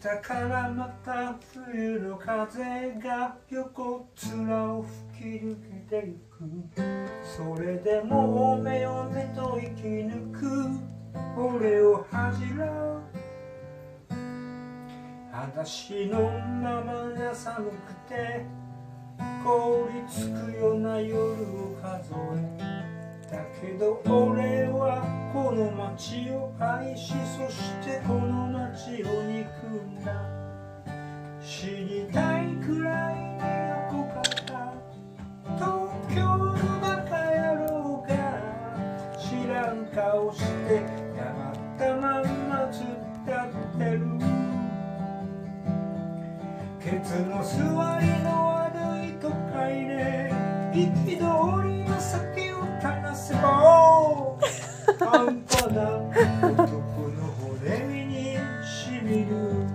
たからまた冬の風が横面を吹き抜けてゆく。それでもおめおめと生き抜く俺を恥じらう。裸足のままが寒くて凍りつくような夜を数え、だけど俺はこの街を愛し、そしてこの街を憎んだ。死にたいくらいに憧れた東京のバカ野郎が知らん顔して黙ったまんま突っ立ってる。ケツの座りの悪い都会で憤りの酒を垂せば半端な男の骨身にしみる。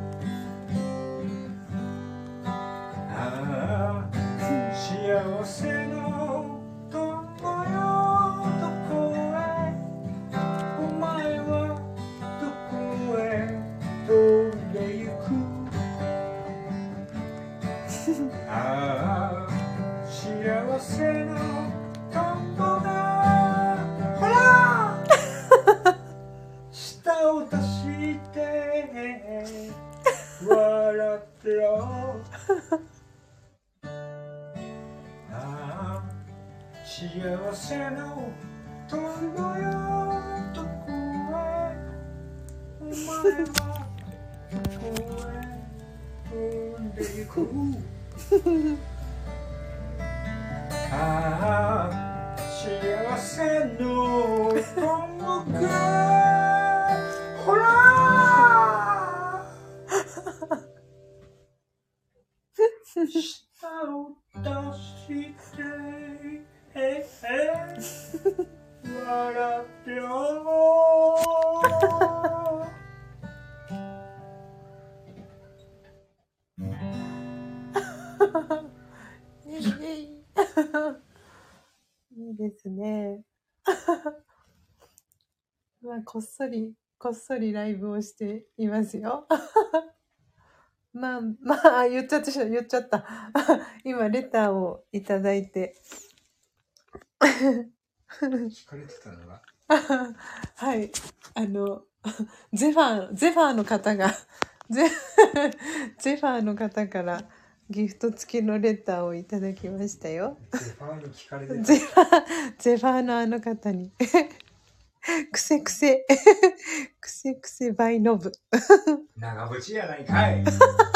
ああ幸せの友よどこへ、お前はどこへ飛んでゆく。ああ幸せのトンボがほら舌を出して笑ってろ。ああ幸せのトンボよどこへ、お前はどこへ飛んでゆく。ああ幸せのトンボがほら舌を出して笑ってよ。 いいですね。まあ、こっそりライブをしていますよ。まあ、言っちゃった。今、レターをいただいて。 聞かれてたのがはい。ゼファーの方が、ゼファーの方からギフト付きのレターをいただきましたよ。 ゼファーに聞かれてた。 ゼファーのあの方に。くせバイノブ。 長渕やないかい。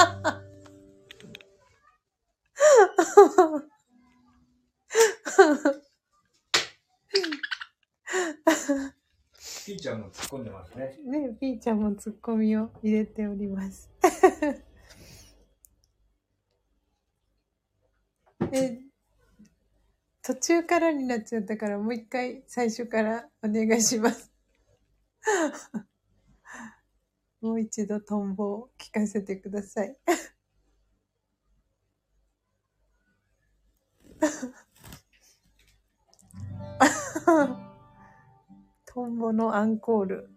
ピーちゃんも突っ込んでますね。 ね、ピーちゃんもツッコミを入れております。途中からになっちゃったからもう一回最初からお願いします。もう一度トンボを聞かせてください。トンボのアンコール。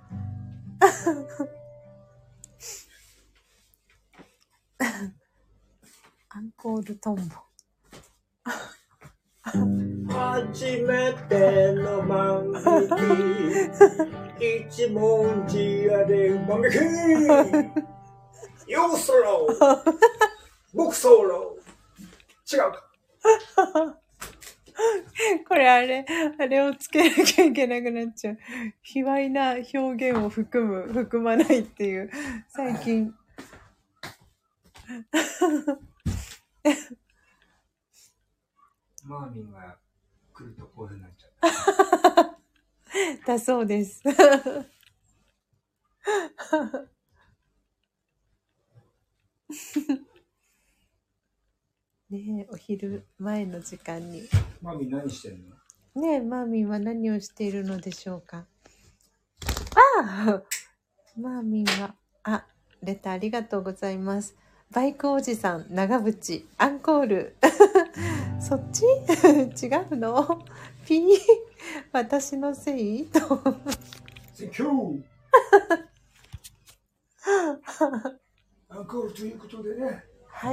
アンコールトンボ。 初めての万引き一文字屋で万引きようソロ僕ソロ違うか。 これあれをつけなきゃいけなくなっちゃう。卑猥な表現を含まないっていう最近。 マーミンが来るとこういう風になっちゃう。 だそうです。ねえ、お昼前の時間に。 マーミン何してんの？ ねえ、マーミンは何をしているのでしょうか。ああマーミンは、レターありがとうございます。バイクおじさん、長渕、アンコール。そっち違うのピー、私のせいと。 セキューアンコールということでね。 はい。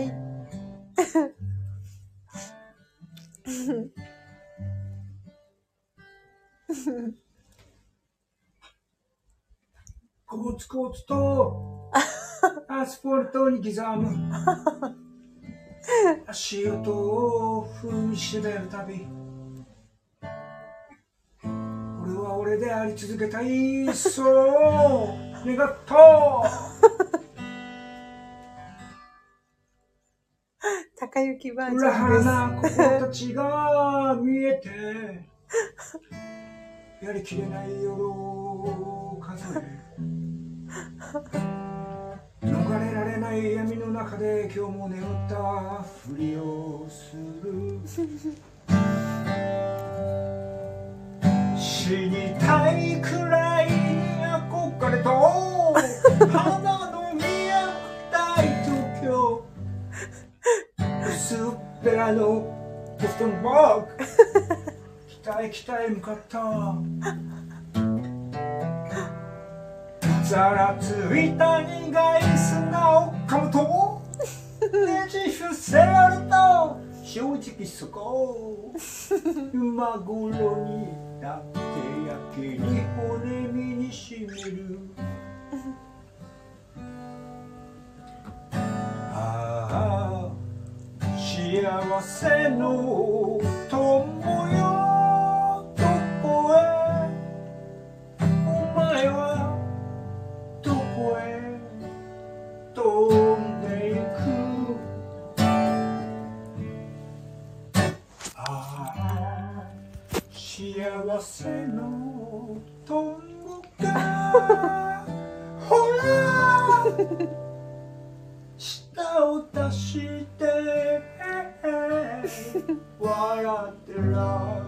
コツコツとアスファルトに刻む足音を踏みしめるたび、俺は俺であり続けたい、そう願った。 高雪バージョンです。 裏腹な心たちが見えてやりきれない夜を数え、逃れられない闇の中で今日も眠ったふりをする。死にたいくらい憧れと花の見えたい東京、薄っぺらのボストンバーグ、北へ向かった。ざらついた苦い砂を噛むとねじ伏せられた、正直そこ今頃になってやけに骨身にしめる。ああ幸せの友よ、どこへお前はどこへ飛んでゆく。ああ幸せの友がほら舌を出して笑ってら。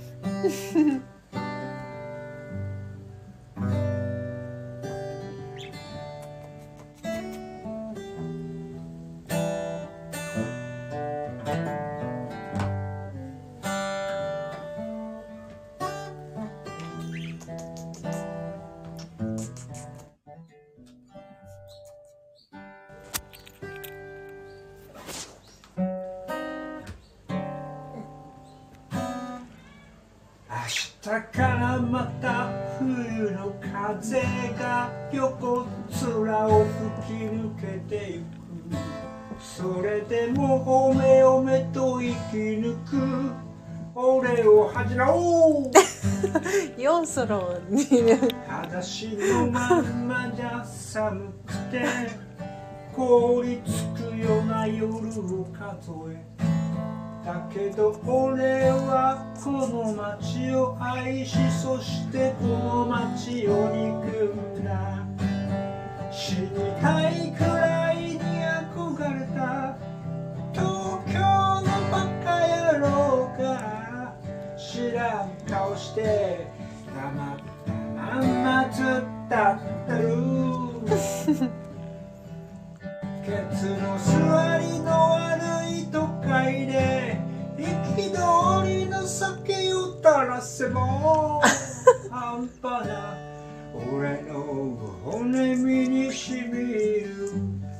明日からまた冬の風が横面を吹き抜けてゆく。それでもおめおめと生き抜く俺を恥じろう。 4ソロにね。 裸足のまんまじゃ寒くて凍りつくような夜を数え、だけど俺はこの街を愛し、そしてこの街を憎んだ。死にたいくらいに憧れた東京のバカ野郎が知らん顔して黙ったまんま突っ立ってる。ケツの座りの悪い都会で憤りの酒を垂らせば半端な俺の骨身にしみる。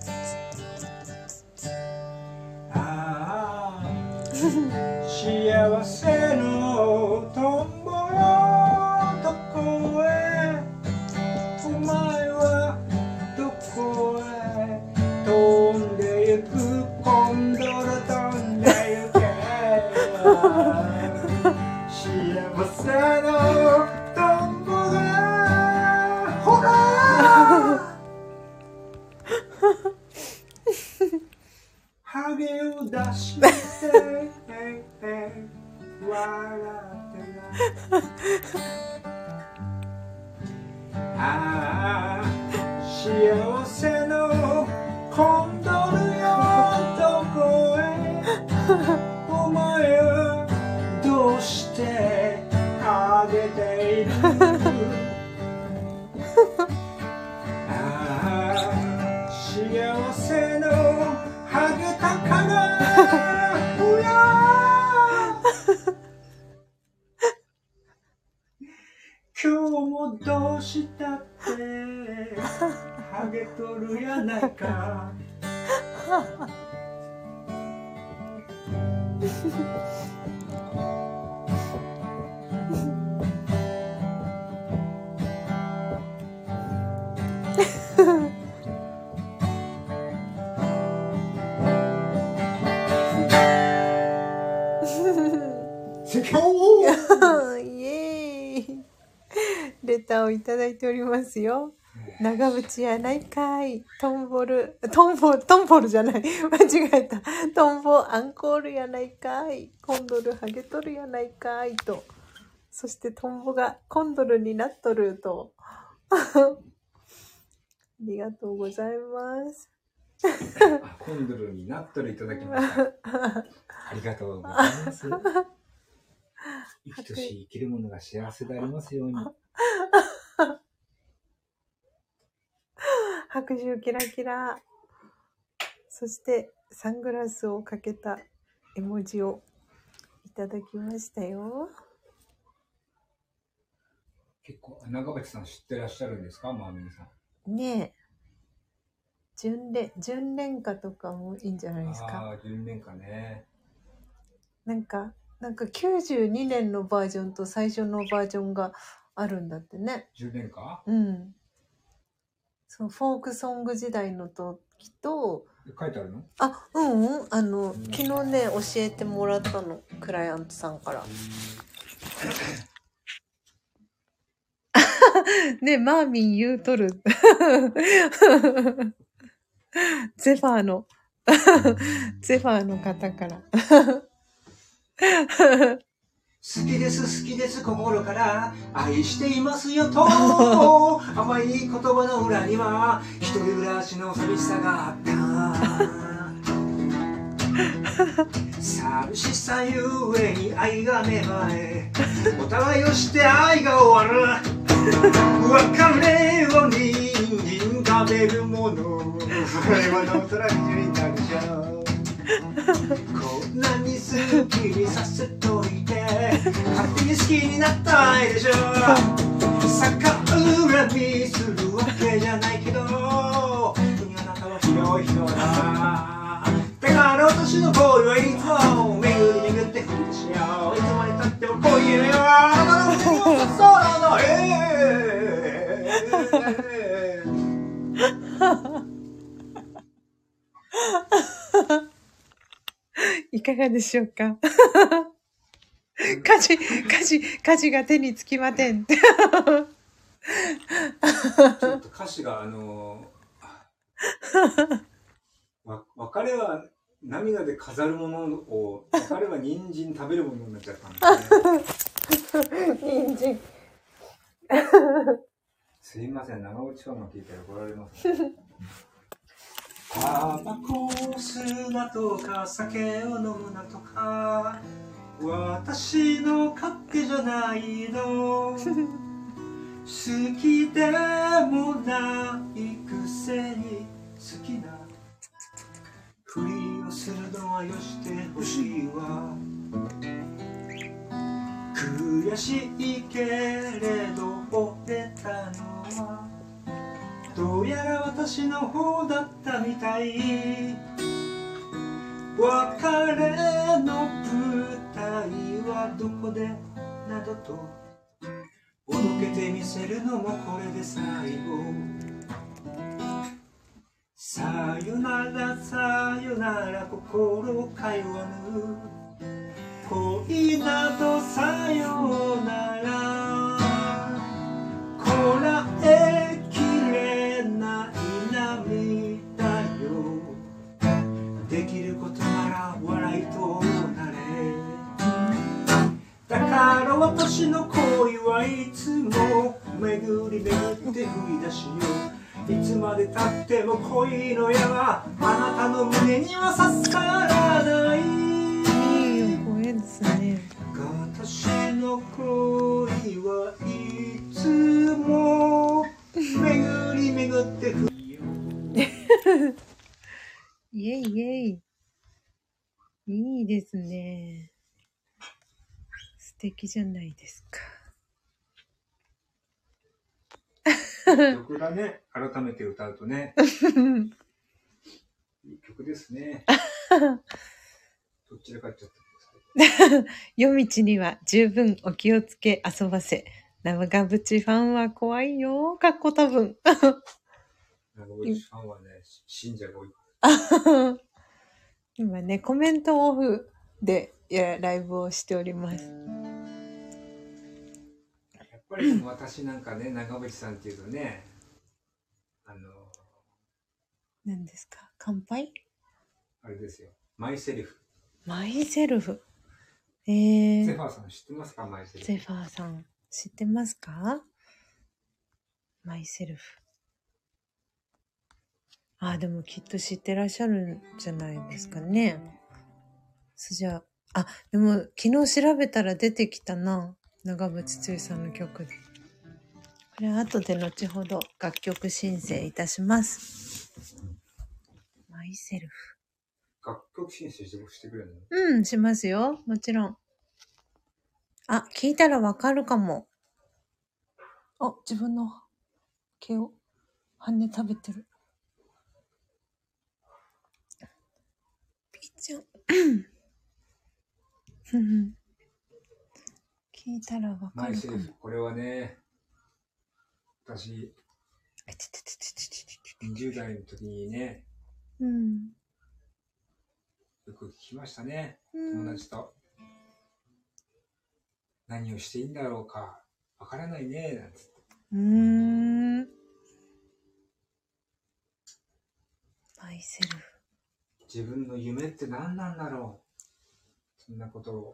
ああ幸せのトンボよ、どこへお前はどこへ飛んでゆく、今度の飛んでゆけ。幸せのトンボがほらハゲを出して笑ってな。ああ幸せのコンドルよ、どこへお前はどうしてハゲている。ああ幸せのハゲたからほら今日もどうしたってハハゲとるやないか。 イエーイ。レターをいただいておりますよ。長渕やないかい。トンボルじゃない。間違えた。トンボアンコールやないかい。コンドルハゲとるやないかいと。そしてトンボがコンドルになっとると。ありがとうございます。 コンドルになっとるいただきました。ありがとうございます。生きとし生きるものが幸せでありますように。 拍手キラキラ。そしてサングラスをかけた絵文字をいただきましたよ。 結構長渕さん知ってらっしゃるんですか、マーミンさん。 ねえ。純恋歌とかもいいんじゃないですか。 ああ、純恋歌ね。 なんか92年のバージョンと最初のバージョンがあるんだってね。 純恋歌？ うん。そのフォークソング時代の時と。 書いてあるの？ 昨日ね、教えてもらったの。クライアントさんから。ね、マーミン言うとる。ゼファーの方から。 好きです心から愛していますよと甘い言葉の裏には一人暮らしの寂しさがあった寂しさゆえに愛が芽生えお互いをして愛が終わる別れを人参食べるもの今の虎になるじゃんこんなに好きにさせといて勝手に好きになったいでしょ逆恨みするわけじゃないけどあなたは広い人だだから私の恋はいつも巡り巡って降り出しよいつまでたっても恋よあなたの手を空のいかがでしょうか。歌詞が手につきません。ちょっと歌詞が別れは涙で飾るものを別れは人参食べるものになっちゃったんですね。 人参。 すいません、長渕ファンが聞いたら怒られます、ね。タバコを吸うなとか酒を飲むなとか私の勝手じゃないの好きでもないくせに好きなふりをするのはよしてほしいわ悔しいけれど折れたのはどうやら私の方だったみたい別れの舞台はどこでなどとおどけてみせるのもこれで最後さよならさよなら心通わぬ恋などさよならこらえきれない涙よできることなら笑いとなれだから私の恋はいつも巡り巡って振り出しよいつまでたっても恋の矢はあなたの胸には刺さらないいい声ですね。 私の恋はいつも巡り巡って振りよイエイイエイ。いいですね。素敵じゃないですか。 曲だね。改めて歌うとね。いい曲ですね。どちらかっちゃった。 夜道には十分お気をつけ遊ばせ。長渕ファンは怖いよ。かっこ多分。 長渕ファンはね、信者が多い。 今ね、コメントオフでライブをしております。 やっぱりでも私なんかね、長渕さんっていうとね、 何ですか？乾杯？ あれですよ。マイセルフ。 マイセルフ。 ゼファーさん知ってますか？マイセルフ。 ゼファーさん知ってますか？マイセルフ。あ、でもきっと知ってらっしゃるんじゃないですかね。じゃあ、でも昨日調べたら出てきたな。長渕剛さんの曲で。これ後で後ほど楽曲申請いたします。マイセルフ。 楽曲申請してくれるの？ うん、しますよ。もちろん。あ、聞いたらわかるかも。あ、自分の毛を羽食べてる。ピーちゃん。聞いたらわかるかも。 マイセルフ。これはね、私、20代の時にね、よく聞きましたね。友達と。何をしていいんだろうか。わからないね。なんつって。 マイセルフ。 自分の夢って何なんだろう。そんなことを。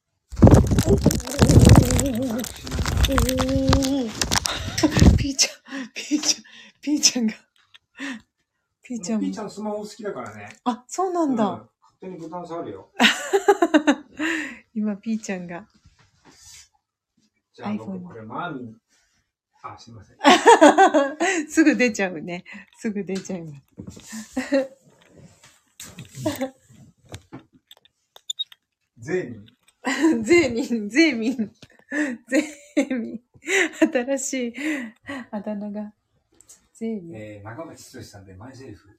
ピーちゃんが。ピーちゃんスマホ好きだからね。 あ、そうなんだ。 勝手にボタン触るよ。 今、ピーちゃんが。 じゃあ僕これマーミン。あ、すいません。 すぐ出ちゃうね。すぐ出ちゃいます。 ゼーミン。新しいあだ名が。ゼーミン。 長渕剛さんでマイセルフ。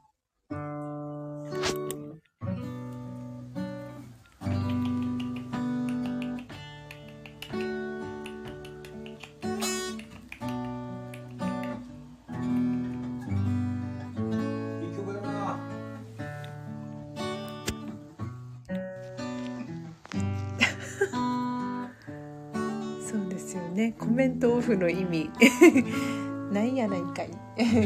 コメントオフの意味なんやないかい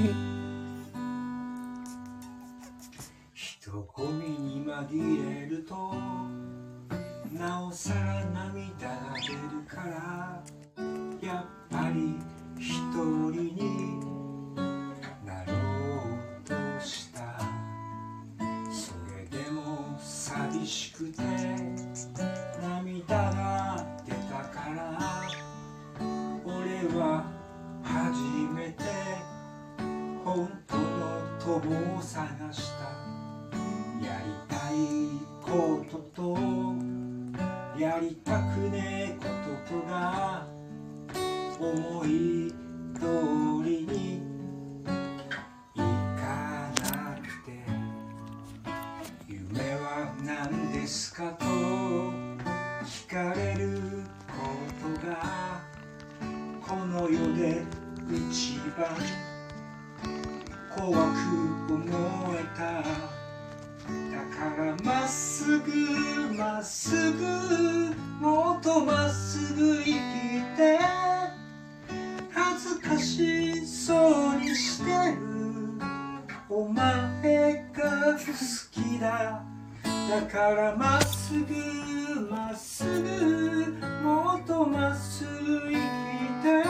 人混みに紛れるとなおさら涙が出るからやっぱり一人になろうとしたそれでも寂しくて涙が出たから俺は初めて本当の友を探したやりたいこととやりたくねえこととが思い通りにいかなくて夢は何ですかと聞かれることがこの世で一番怖く思えただからまっすぐまっすぐもっとまっすぐ生きて恥ずかしそうにしてるお前が好きだだからまっすぐまっすぐもっとまっすぐ生きて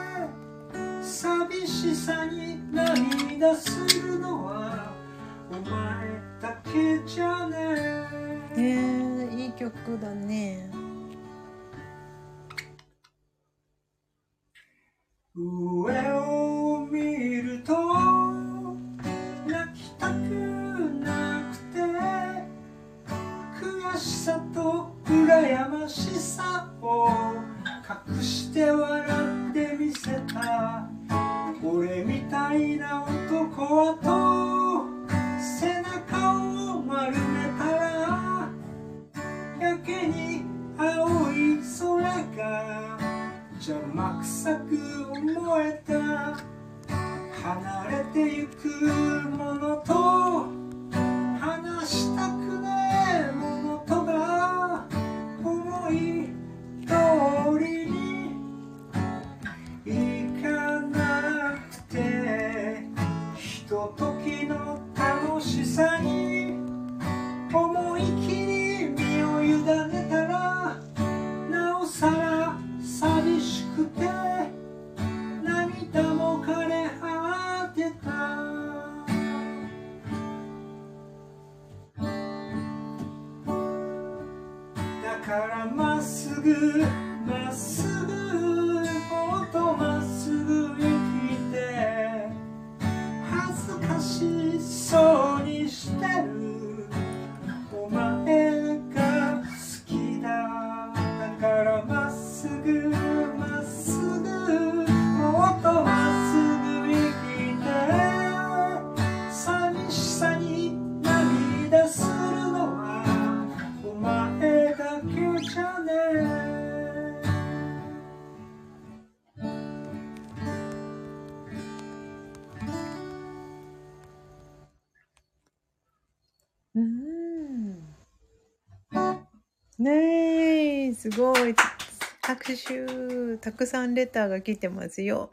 寂しさに涙するのはお前だけじゃねえいい曲だね上を見ると泣きたくなくて悔しさと羨ましさを隠して笑ってみせたとあと背中を丸めたらやけに青い空が邪魔くさく思えた。離れてゆくものと話したくねえものとが思い通りにいかなくて、ひとときの楽しさに思い切り身を委ねたらなおさら寂しくて涙も枯れ果てた。だからまっすぐまっすぐもっとまっすぐ生きて恥ずかしそうにしてるお前が好きだ。だからまっすぐまっすぐもっとまっすぐ生きて寂しさに涙するのはお前だけじゃねえ。 ねえ、すごい。拍手。たくさんレターが来てますよ。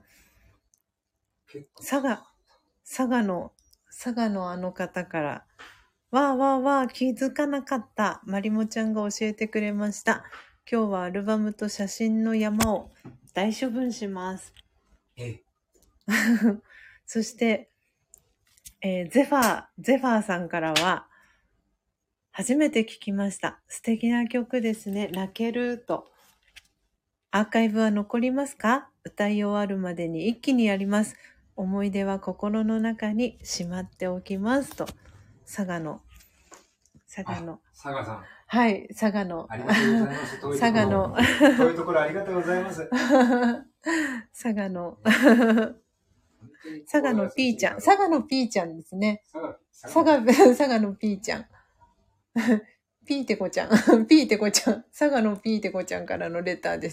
佐賀のあの方から。わーわーわー、気づかなかった。まりもちゃんが教えてくれました。今日はアルバムと写真の山を大処分します。そして、ゼファーさんからは、初めて聞きました。素敵な曲ですね。泣けると。アーカイブは残りますか？歌い終わるまでに一気にやります。思い出は心の中にしまっておきますと。佐賀さん。はい、佐賀の。 ありがとうございます。 佐賀の。 遠いところありがとうございます。 佐賀のピーちゃん。佐賀のピーちゃんですね。佐賀のピーちゃん。ピーテコちゃん。ピーテコちゃん。佐賀のピーテコちゃんからのレターです。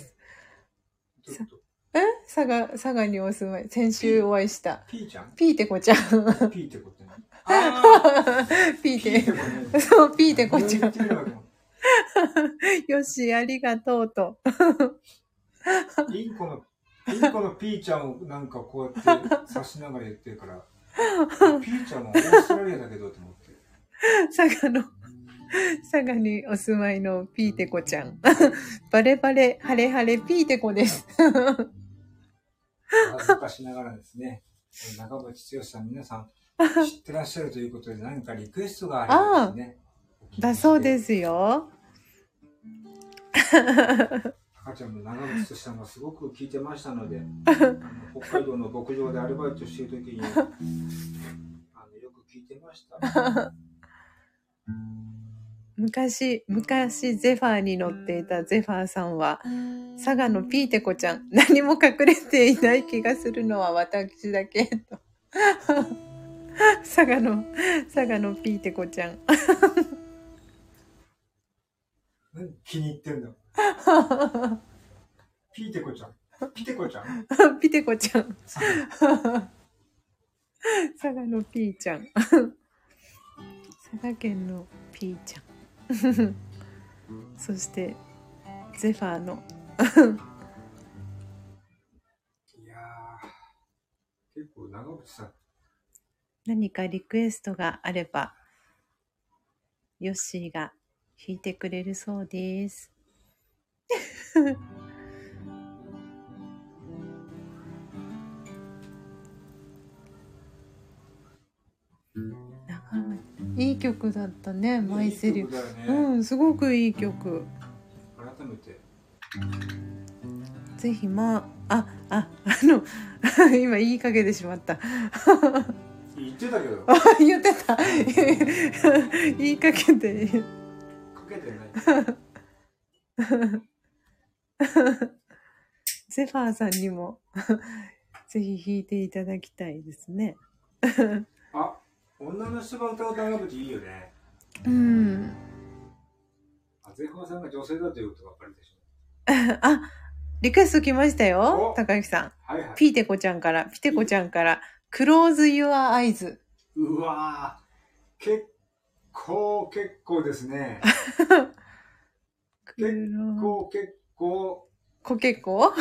佐賀にお住まい。先週お会いした。 ピーちゃん？ ピーテコちゃん。 ピーテコってね。 ピーテコ。そう、ピーテコちゃん。よし、ありがとうと。 インコのピーちゃんをなんかこうやって刺しながら言ってるから、ピーちゃんはオーストラリアだけどと思って。 佐賀にお住まいのピーテコちゃん。バレバレ、ハレハレ、ピーテコです。 恥ずかしながらですね、長渕剛さん皆さん知ってらっしゃるということで何かリクエストがあればですね。 だそうですよ。 赤ちゃんの長渕剛さんがすごく聞いてましたので、北海道の牧場でアルバイトしている時によく聞いてました。 昔ゼファーに乗っていたゼファーさんは、佐賀のピーテコちゃん、何も隠れていない気がするのは私だけと。佐賀のピーテコちゃん。 気に入ってんの。ピーテコちゃん。ピテコちゃん。 ピテコちゃん。佐賀のピーちゃん。佐賀県のピーちゃん。そしてゼファーのいやー、結構長渕さん何かリクエストがあればヨッシーが弾いてくれるそうです。いい曲だったね、マイセリフ。うん、すごくいい曲。 改めて。 ぜひ今言いかけてしまった。 言ってたけど。 言ってた。言いかけて。 かけてない。 ゼファーさんにもぜひ弾いていただきたいですね。 あ、女の人が歌う長渕いいよね。 うん。 あ、ゼファーさんが女性だということがわかるでしょ。 あ、リクエスト来ましたよ。 お、 高木さん。 はいはい。 ピーテコちゃんから、ピテコちゃんから、Close Your Eyes。 うわー、結構ですね。結構。 こ結構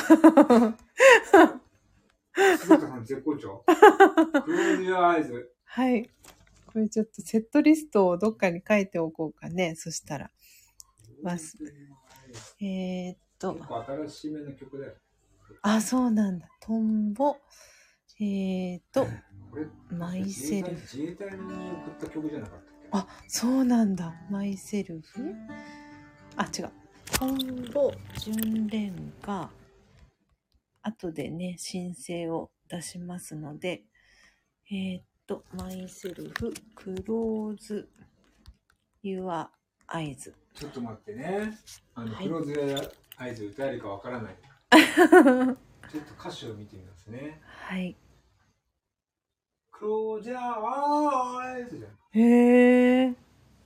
鈴田さん絶好調。Close Your Eyes。 はい。これちょっとセットリストをどっかに書いておこうかね。そしたら。結構新しめの曲だよ。 あ、そうなんだ。トンボ。 これマイセルフ。 自衛隊に送った曲じゃなかったっけ？ あ、そうなんだ。マイセルフ。あ、違う。トンボ、純恋歌。後でね、申請を出しますので、マイセルフ、クローズ、ユア、アイズ。 ちょっと待ってね。クローズユア、アイズ歌えるかわからない。ちょっと歌詞を見てみますね。 はい。 クローズユア、アイズじゃん。 へー。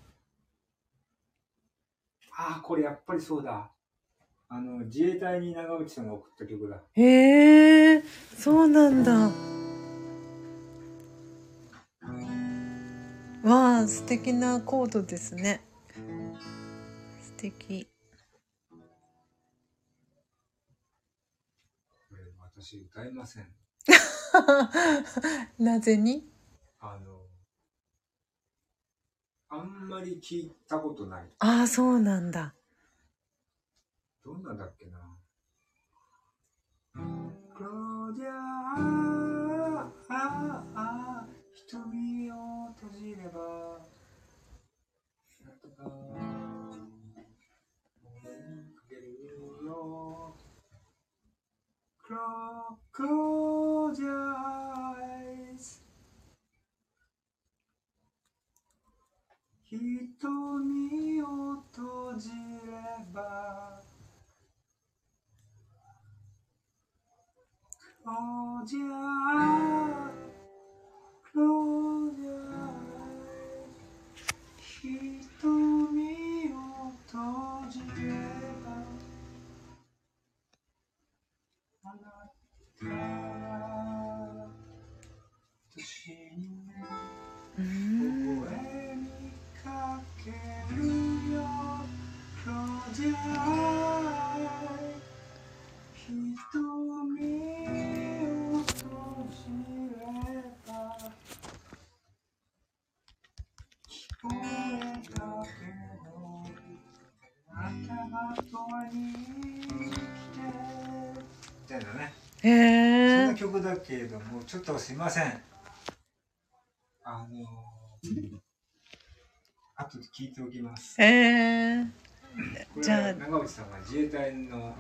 あ、これやっぱりそうだ。自衛隊に長渕さんが送った曲だ。 へー、そうなんだ。わあ、素敵なコードですね。素敵。 これ私歌えません。 なぜに？ あんまり聞いたことない。 ああ、そうなんだ。 どんなんだっけな。クロージャー、瞳を閉じればなんとかかけるよ。Close your eyes。瞳を閉じれば Close your eyes。 Close your eyes。 瞳を閉じればあなた私に微笑みかけるよ。 Close your eyes。 瞳を閉じれば聞こえたけどあなたが遠に来てみたいなね。そんな曲だけれども、ちょっとすいません。後で聞いておきます。これは長渕さんが自衛隊の方に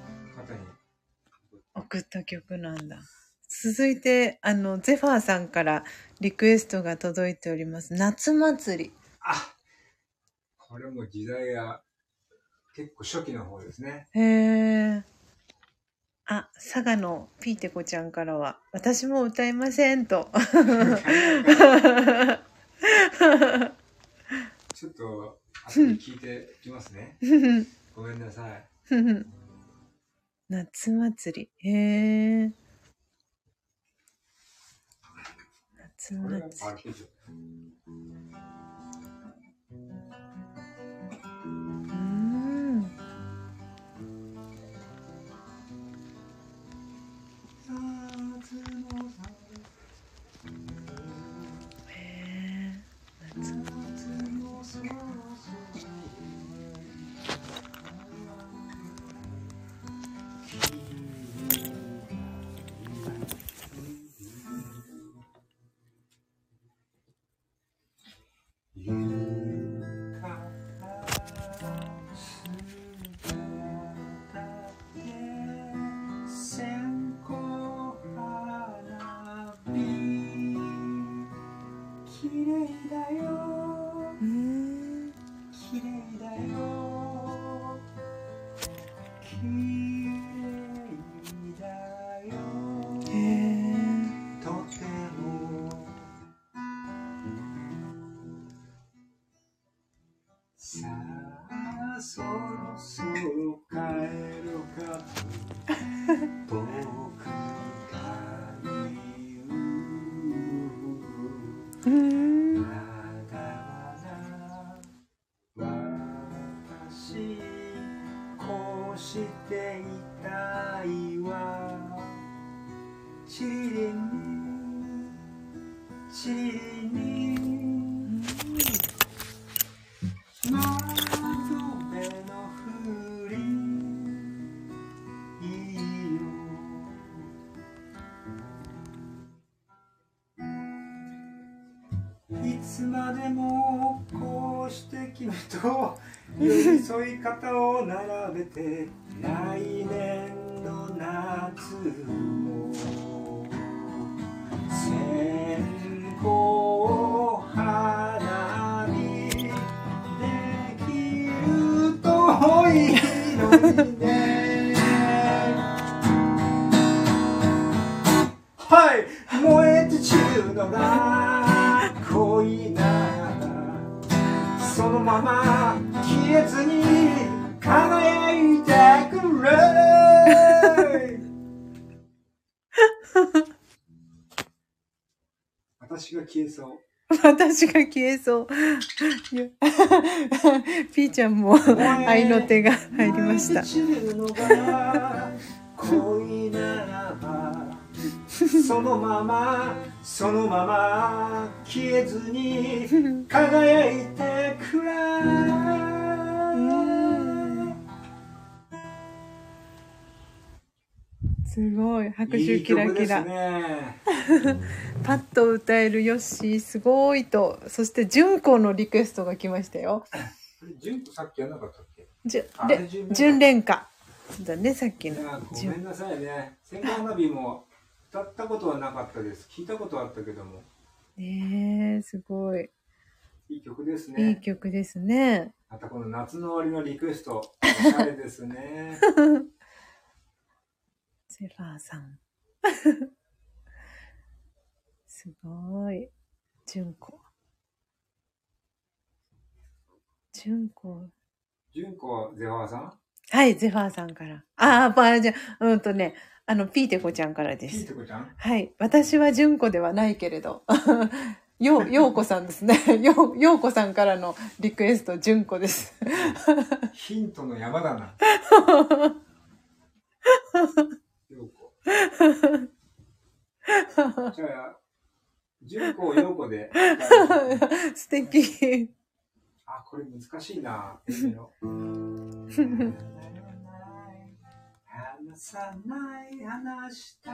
送った曲なんだ。続いて、ゼファーさんからリクエストが届いております。夏祭り。 あ、これも時代が結構初期の方ですね。 あ、佐賀のピーテコちゃんからは、私も歌えませんと。 ちょっと後で聞いてきますね。ごめんなさい。 夏祭り。へー。夏祭り。 していたいわ。チリリンチリリン窓辺の風鈴いいよ。いつまでもこうして君と寄り添い方を並べて、来年の夏も線香花火できるといいのにね。はい、燃えて散るのが恋なら、そのまま消えずに輝いてくれ。私が消えそう。 私が消えそう。いやピーちゃんも愛の手が入りました。 恋ならばそのまま消えずに輝いてくれ。 すごい拍手キラキラ。 いい曲ですね。 パッと歌えるヨッシーすごいと。そして純子のリクエストが来ましたよ。 純子さっきやらなかったっけ？ 純恋歌だね、さっきの。 ごめんなさいね。線香花火も歌ったことはなかったです。聞いたことはあったけども。 ねえ、すごい。 いい曲ですね。 いい曲ですね。 またこの夏の終わりのリクエスト、おしゃれですね。 ゼファーさん。すごい。純子。純子ゼファーさん？ はい、ゼファーさんから。じゃピーテコちゃんからです。 ピーテコちゃん？ はい。私は純子ではないけれど。ようこさんですね。ようこさんからのリクエスト、純子です。 ヒントの山だな。ようこ。じゃあ、純子をようこで。 素敵。 あ、これ難しいな。話さない話した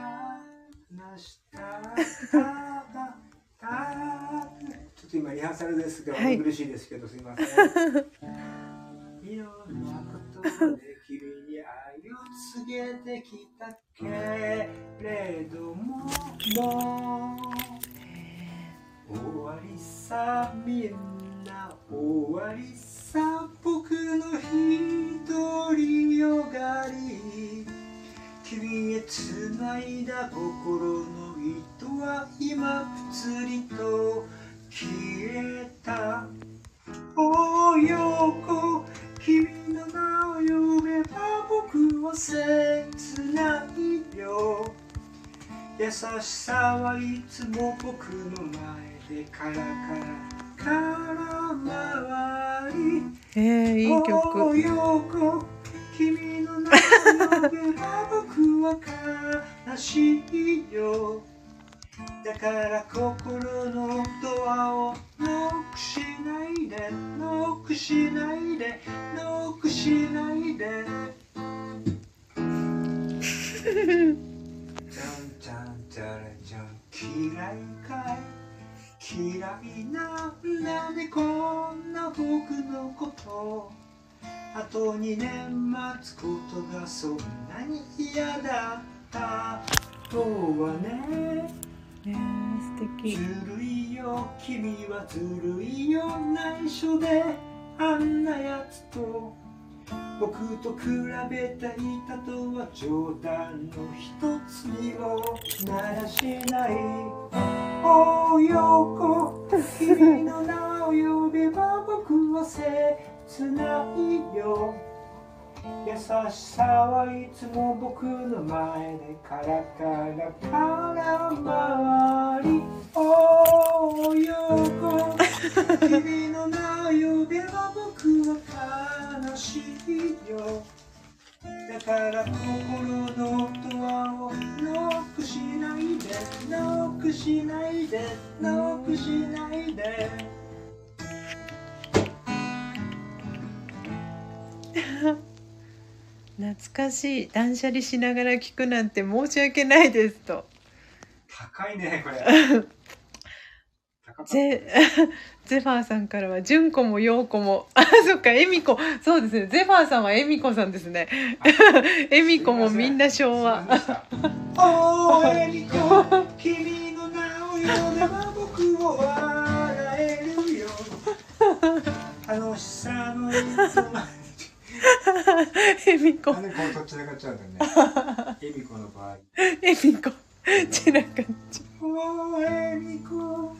ちょっと今リハーサルですが、苦しいですけどすいません。いろんなことで君に愛を告げてきたけれども終わりさ、みんな終わりさ、僕の独りよがり、君へ繋いだ心の糸は今ぷつりと消えた。おうようこ、君の名を呼べば僕は切ないよ。優しさはいつも僕の前でカラカラ回り。 いい曲。 おうようこ、君の名を呼べば僕は悲しいよ。だから心のドアをノックしないで、ノックしないで、ノックしないで。じゃんじゃんじゃらじゃん、嫌いかい、嫌いなんでこんな僕のこと後2年待つことがそんなに嫌だったとはね。 素敵。 ずるいよ、君はずるいよ、内緒であんなやつと僕と比べていたとは冗談の一つにもならしない。おうようこ、君の名を呼べば僕は切ないよ。優しさはいつも僕の前でカラカラ回り。おうようこ、君の名を呼べば僕は悲しいよ。 から心のドアをノックしないでノックしないでノックしないで懐かしい。断捨離しながら聞くなんて申し訳ないですと。 高いねこれ高かったゼファーさんからは純子も陽子も、あ、そっか、恵美子、そうですね。ゼファーさんは恵美子さんですね。恵美子もみんな昭和。 おー恵美子、君の名を呼べば僕を笑えるよ。楽しさのいつま恵美子。 なんでこうどちらかっちゃうんだよね。恵美子の場合。 恵美子、散らかっちゃおー恵美子、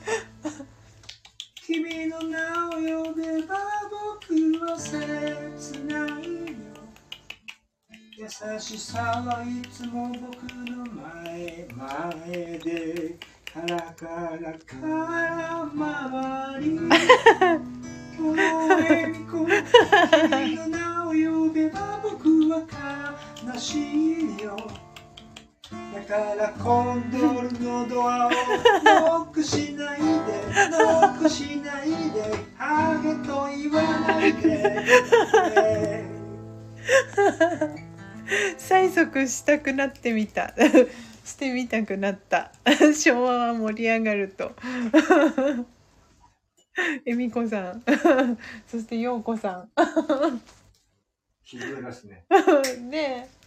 君の名を呼べば僕は切ないよ。優しさはいつも僕の前でカラカラから回りおー恵美子、君の名を呼べば僕は悲しいよ。だからコンドルのドアをノックしないでノックしないでハゲと言わないで催促したくなってみた。してみたくなった。昭和は盛り上がると。恵美子さん。そして陽子さひどいですね。 ん。ねえ。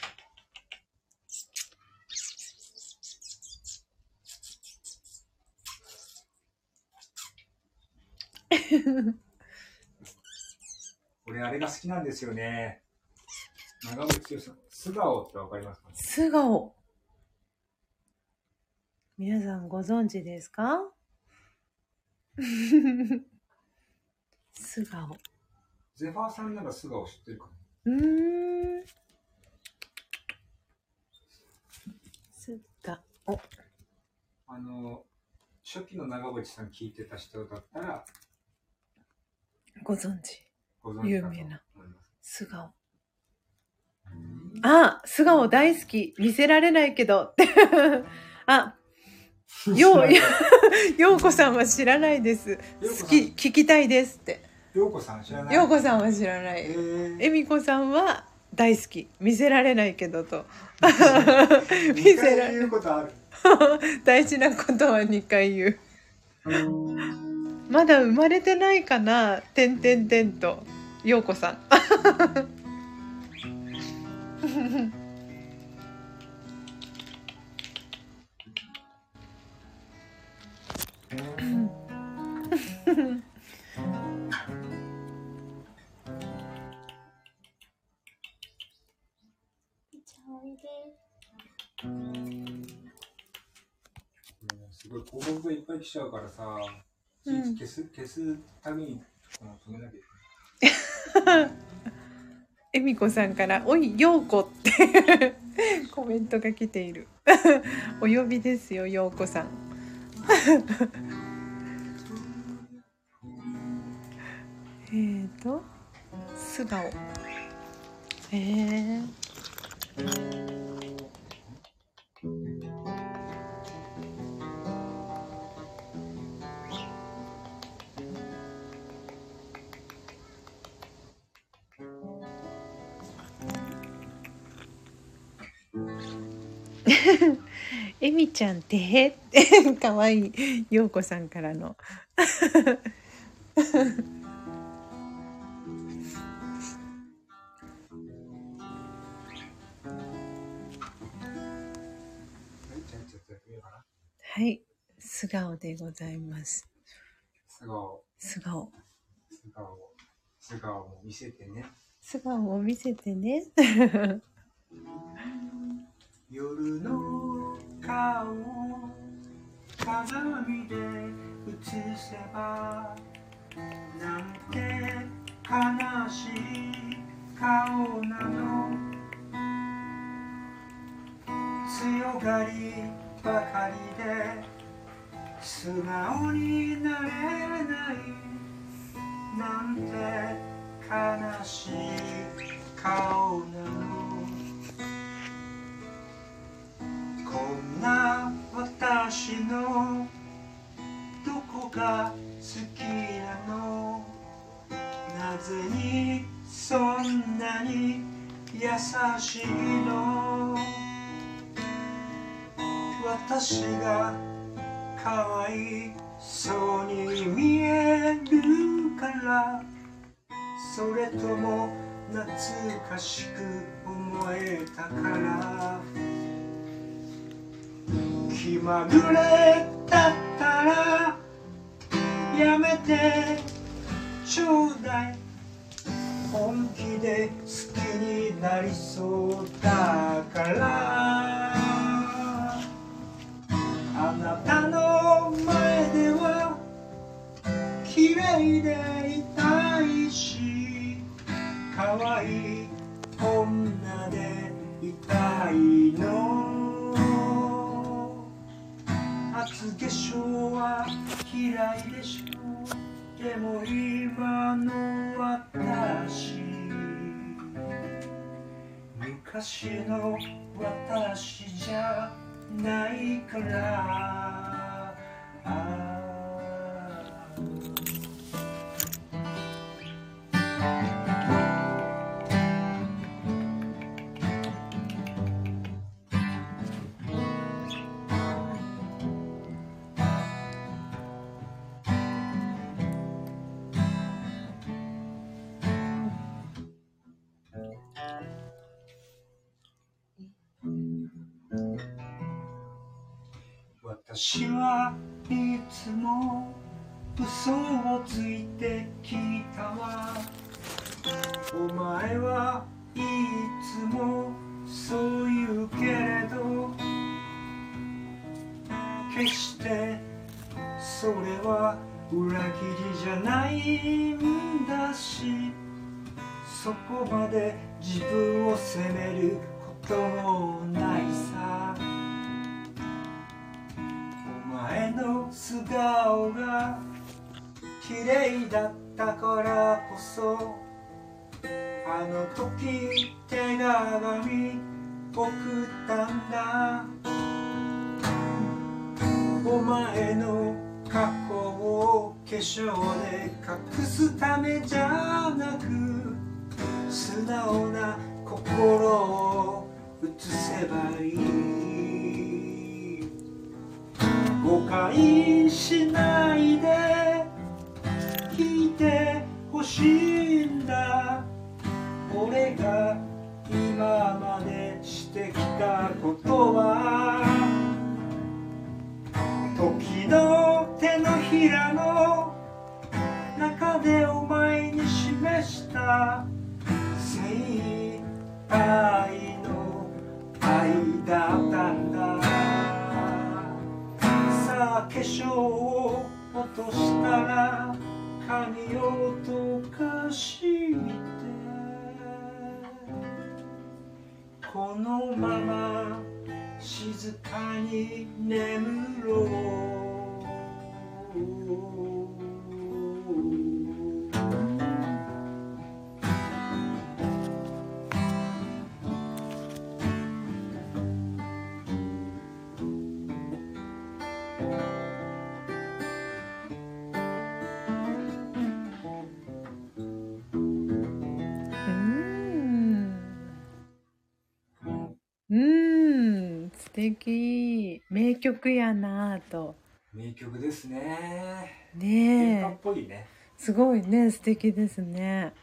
俺あれが好きなんですよね。長渕剛さん、素顔ってわかりますか？ 素顔。皆さんご存知ですか？素顔。 ゼファーさんなら素顔知ってるか素顔。 初期の長渕さん聞いてた人だったらご存知。 ご存知有名なかと思います素顔。あ、素顔大好き。見せられないけど。あ、陽子さんは知らないです。好き、聞きたいですって。 陽子さん知らない？ 陽子さんは知らない。恵美子さんは大好き。見せられないけどと。見せられ言うことある。 大事なことは2回言う。まだ生まれてないかな。てんてんてんと。陽子さん。 すごい項目がいっぱい来ちゃうからさ、消すために止めなきゃいけない。 恵美子さんから「おい陽子」ってコメントが来ている。お呼びですよ陽子さん。素顔。えみちゃんってかわいい陽子さんからのはい、素顔でございます。 素顔も見せてね。 素顔を見せてね。 夜の顔鏡で映せばなんて悲しい顔なの。強がりばかりで素直になれないなんて悲しい顔なの。 優しいの私がかわいそうに見えるからそれとも懐かしく思えたから気まぐれだったらやめてちょうだい本気で好きになりそうだからあなたの前では綺麗でいたいし可愛い女でいたいの厚化粧は嫌いでしょでも今の私昔の私じゃないから私はいつも嘘をついてきたわお前はいつもそう言うけれど決してそれは裏切りじゃないんだしそこまで自分を責めることもないさお前の素顔が綺麗だったからこそあの時手紙送ったんだお前の過去を化粧で隠すためじゃなく素直な心を映せばいい誤解しないで聞いてほしいんだ俺が今までしてきたことは時の手のひらの中でお前に示した精一杯の愛だったんださあ化粧を落としたら髪を溶かしてこのまま静かに眠ろう素敵。名曲やなぁと。 名曲ですね。 ねえ。 演歌っぽいね。 すごいね、素敵ですね。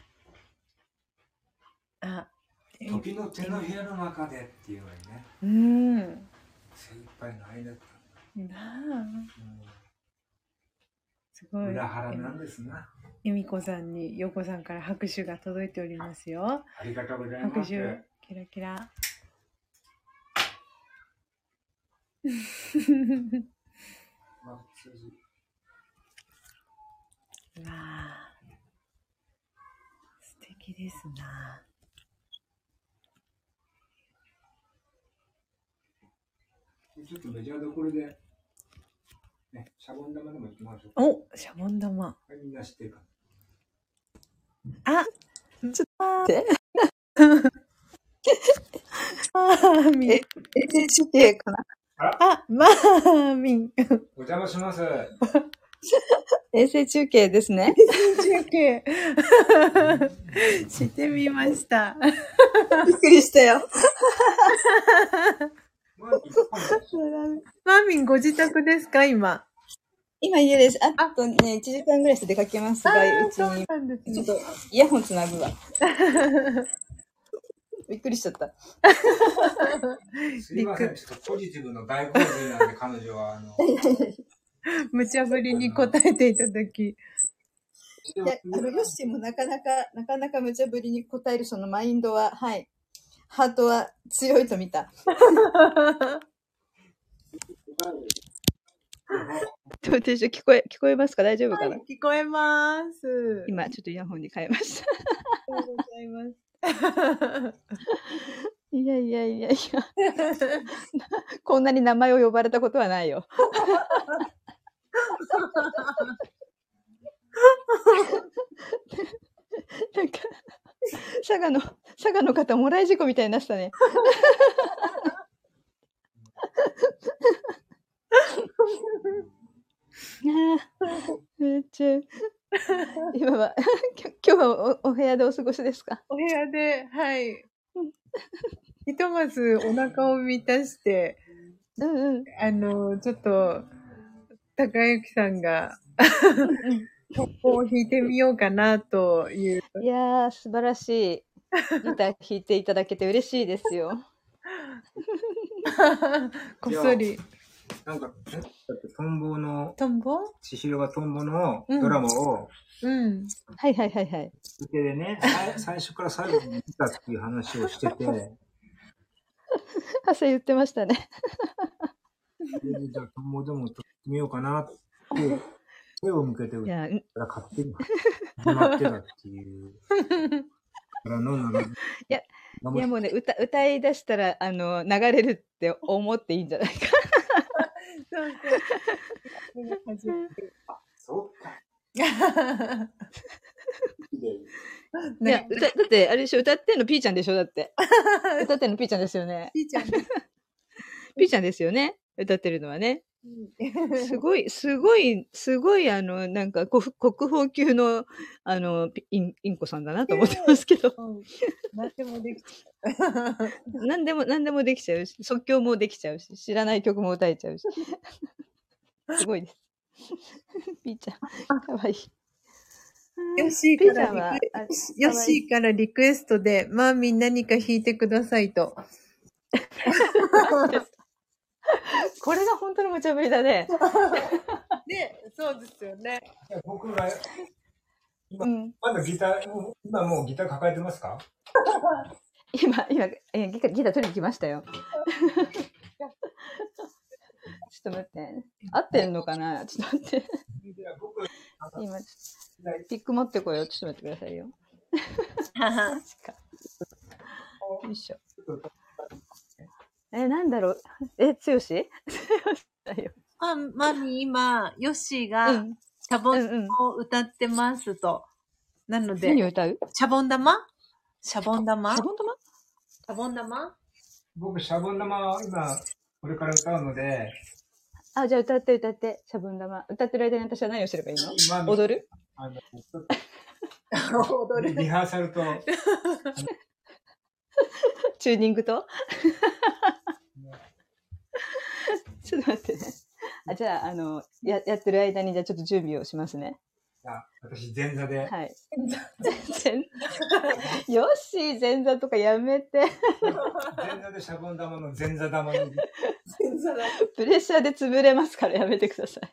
あ、 時の手の部屋の中でっていうのにね。精一杯の愛だったんだ。 なあ。すごい。 裏腹なんですな。 由美子さんに陽子さんから拍手が届いておりますよ。 ありがとうございます。 拍手、キラキラ。うわあ、素敵ですな。 ちょっとメジャーどころで、ね、シャボン玉でも行きましょう。 お、シャボン玉。 はい、みんな知ってるかあ、ちょっと待って。マーミン。 知ってるかなあ、マーミン。 お邪魔します。 衛星中継ですね。 中継してみました。 びっくりしたよ。 マーミンご自宅ですか今？ 今家です。あとね、1時間ぐらいして出かけますが、うちに。ちょっとイヤホンつなぐわ。びっくりしちゃった。 すいません、ちょっとポジティブの大洪水なんで、彼女は、 無茶ぶりに答えていただき。 いや、ヨッシーもなかなか無茶ぶりに答えるそのマインドは、はい。ハートは強いと見た。どうでしょう、聞こえますか？大丈夫かな？ はい、聞こえます。 今、ちょっとイヤホンに変えました。 ありがとうございます。 いや。こんなに名前を呼ばれたことはないよ。なんか、佐賀の方、もらい事故みたいになってたね。めっちゃ、今は、今日はお部屋でお過ごしですか？ お部屋で、はい。ひとまずお腹を満たして、ちょっと、高幸さんが、曲を弾いてみようかなという。 いやー、素晴らしい。ギター弾いていただけて嬉しいですよ。 こっそり。 なんか、だってトンボの、千尋がトンボのドラマを、 はい。 受けでね、最初から最後に見たっていう話をしてて、 朝言ってましたね。 じゃあトンボでも撮ってみようかなって、手を向けて歌ったら勝手に始まってたっていう。 いやもうね、歌い出したら、流れるって思っていいんじゃないか。 そうか。 いや、だって、あれでしょ、歌ってんのピーちゃんでしょだって。歌ってんのピーちゃんですよね。 ピーちゃん。 ピーちゃんですよね。歌ってるのはね。すごい、なんか、国宝級の、インコさんだなと思ってますけど。 何でもできちゃう。何でもできちゃうし、即興もできちゃうし、知らない曲も歌えちゃうし。すごいです。ピーちゃん、かわいい。 ヨッシーからリクエストで、マーミン何か弾いてくださいと。 これが本当の無茶ぶりだね。 ね、そうですよね。 僕が今、まだギター、今もうギター抱えてますか？ 今、ギター取りに来ましたよ。ちょっと待って。合ってるのかな？ちょっと待って。今、ピック持ってこよう。ちょっと待ってくださいよ。よいしょ。なんだろう。つよしマミ今、ヨッシーが、シャボンを歌ってますと。なので、 何を歌う？ シャボン玉。 僕、シャボン玉、今、これから歌うので。 じゃあ歌って、シャボン玉。歌ってる間に私は何をすればいいの？踊る？ 踊る。 リハーサルと。 チューニングとちょっと待ってね。じゃあ、やってる間に、じゃあちょっと準備をしますね。 私、前座で。 はい。よっしー、前座とかやめて。 前座でシャボン玉の前座玉に。 プレッシャーで潰れますからやめてください。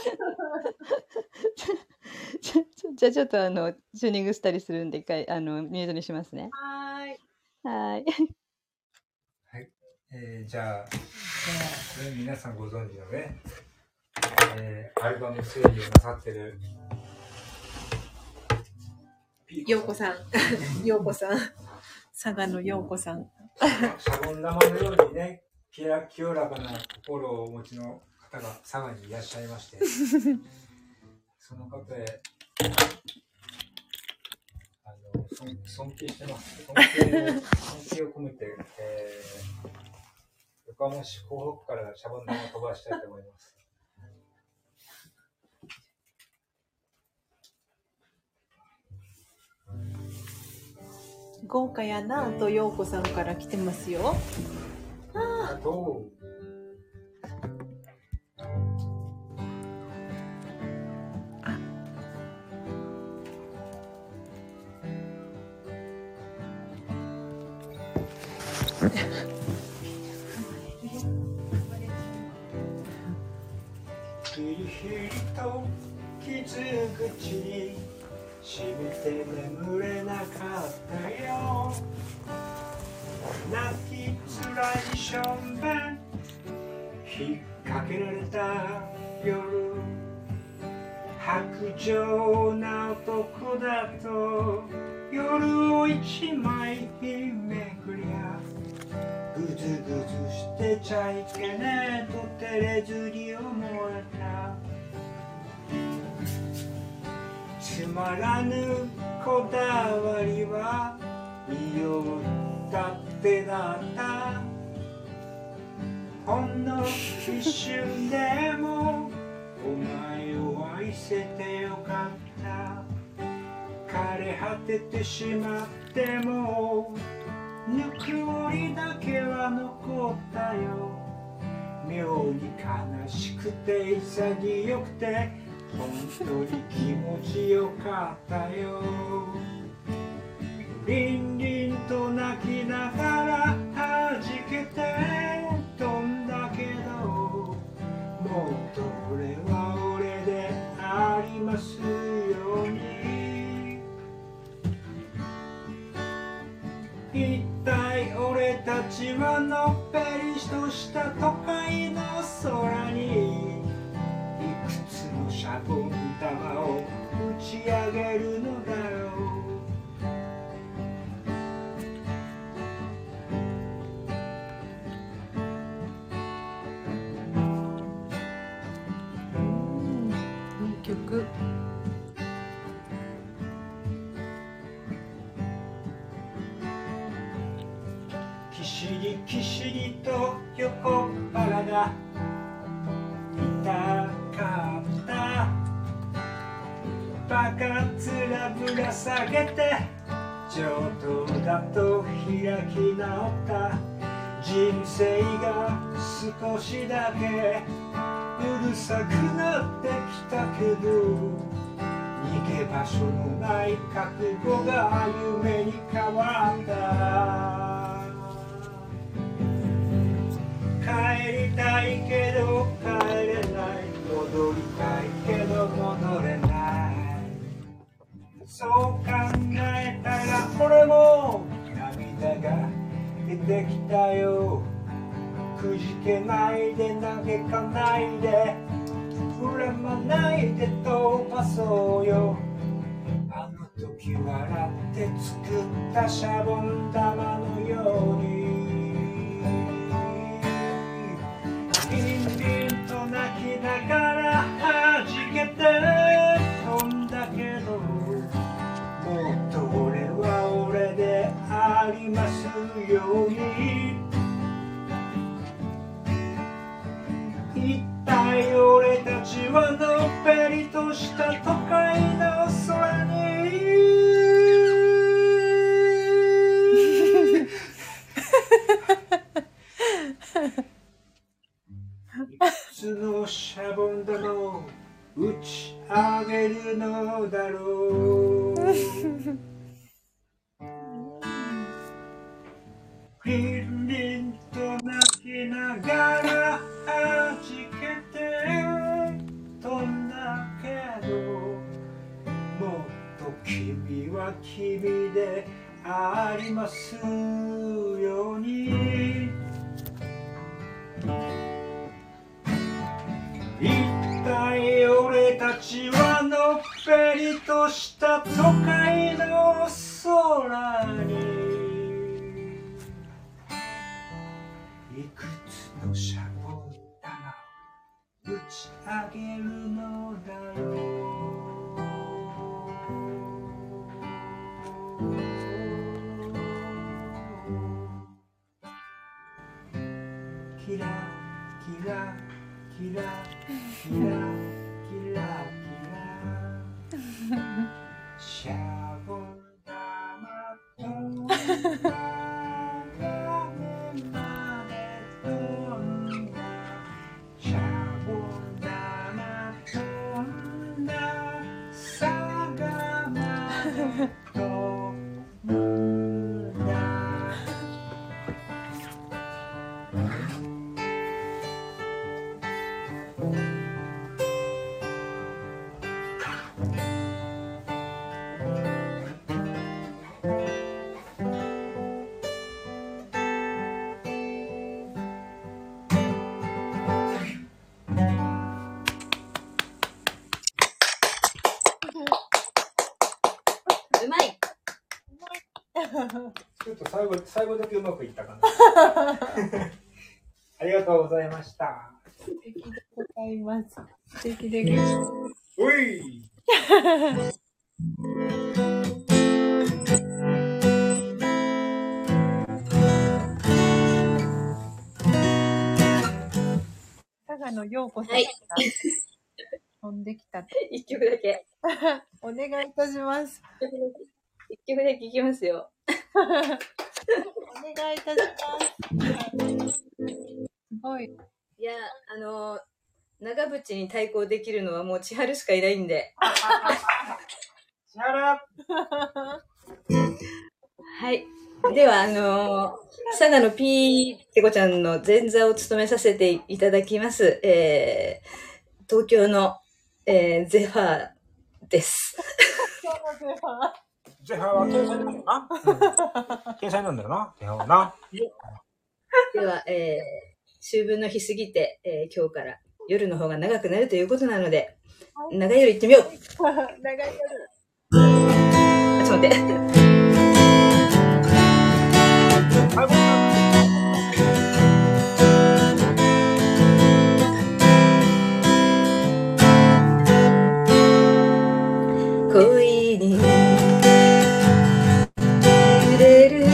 じゃあちょっとチューニングしたりするんで、一回、ミュートにしますね。 はい。 はい。じゃあ、皆さんご存知のね、アルバム整理をなさってる、 ようこさん。佐賀のようこさん。 シャボン玉のようにね、清らかな心をお持ちの方が佐賀にいらっしゃいまして、その方へ、尊敬してます。尊敬を込めて、横浜市港北からシャボン玉を飛ばしたいと思います。 豪華やなと陽子さんから来てますよ。 あと、ヒリヒリと傷口に染みて眠れなかったよ。泣きつらいしょんべん引っ掛けられた夜、白状な男だと夜を一枚めくりゃ、ぐずぐずしてちゃいけねえと照れずに思えた。つまらぬこだわりは身を立ってだった。ほんの一瞬でもお前を愛せてよかった。枯れ果ててしまってもぬくもりだけは残ったよ。妙に悲しくて潔くて本当に気持ちよかったよ。りんりんと泣きながら弾けて飛んだけど、もっと俺は俺でありますように。一体俺たちはのっぺりとした都会の空にいくつのシャボン玉を打ち上げるのだろう。 いい曲。 キシリキシリと横っ腹が痛かった。バカ面ぶら下げて上等だと開き直った人生が少しだけうるさくなってきたけど、逃げ場所のない覚悟が夢に変わった。帰りたいけど帰れない、戻りたいけど戻れない。そう考えたら俺も涙が出てきたよ。くじけないで嘆かないで恨まないで飛ばそうよ。あの時笑って作ったシャボン玉のように。リンリンと泣きながら弾けて飛んだけど、もっと俺は俺でありますように。一体俺たちはのっぺりとした都会の空にいくつのシャボン玉を打ち上げるのだろう。りんりんと泣きながら弾けて飛んだけど、もっと君は君でありますように。一体俺たちはのっぺりとした都会の空にいくつのシャボン玉を打ち上げるのだろう。キラキラキラキラキラキラシャボン玉とちょっと最後だけうまくいったかな。ありがとうございました。 素敵でございます。素敵でございます。 おい佐賀の陽子さんが飛んできた。 一曲だけ。 お願いいたします。 一曲だけ聴きますよ。 お願いいたします。すごい。 いや、長渕に対抗できるのはもう千春しかいないんで。 千春はい。では、佐賀のピーってこちゃんの前座を務めさせていただきます。東京の、ゼファーです。 ゼファーは計算なんだよな。計算なんだよな。ゼファーはな。 では、秋分の日過ぎて、今日から夜の方が長くなるということなので、長い夜行ってみよう。 長い夜。 ちょっと待って。恋に揺れる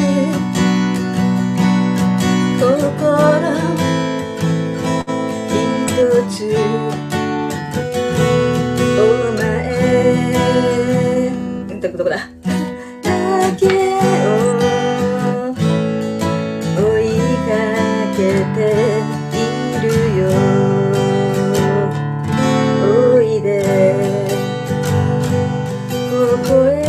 心一つお前どこだだけを追いかけているよおいでここへ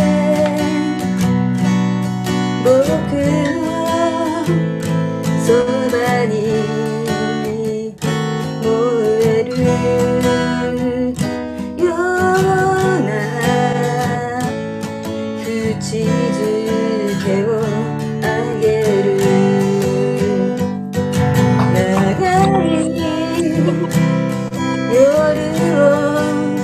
僕のそばに燃えるような口づけをあげる長い夜を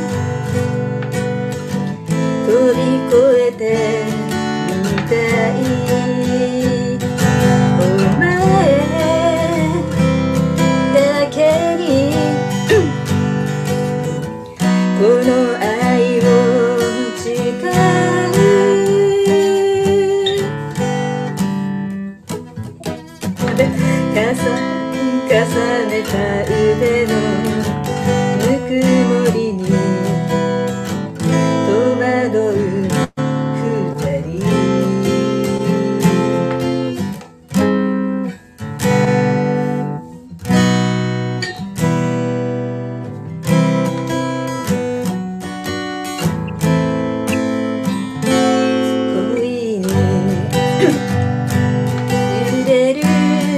飛び越えてみたいお前だけにこの愛を誓う重ねた腕のぬくもりに戸惑う二人恋に揺れる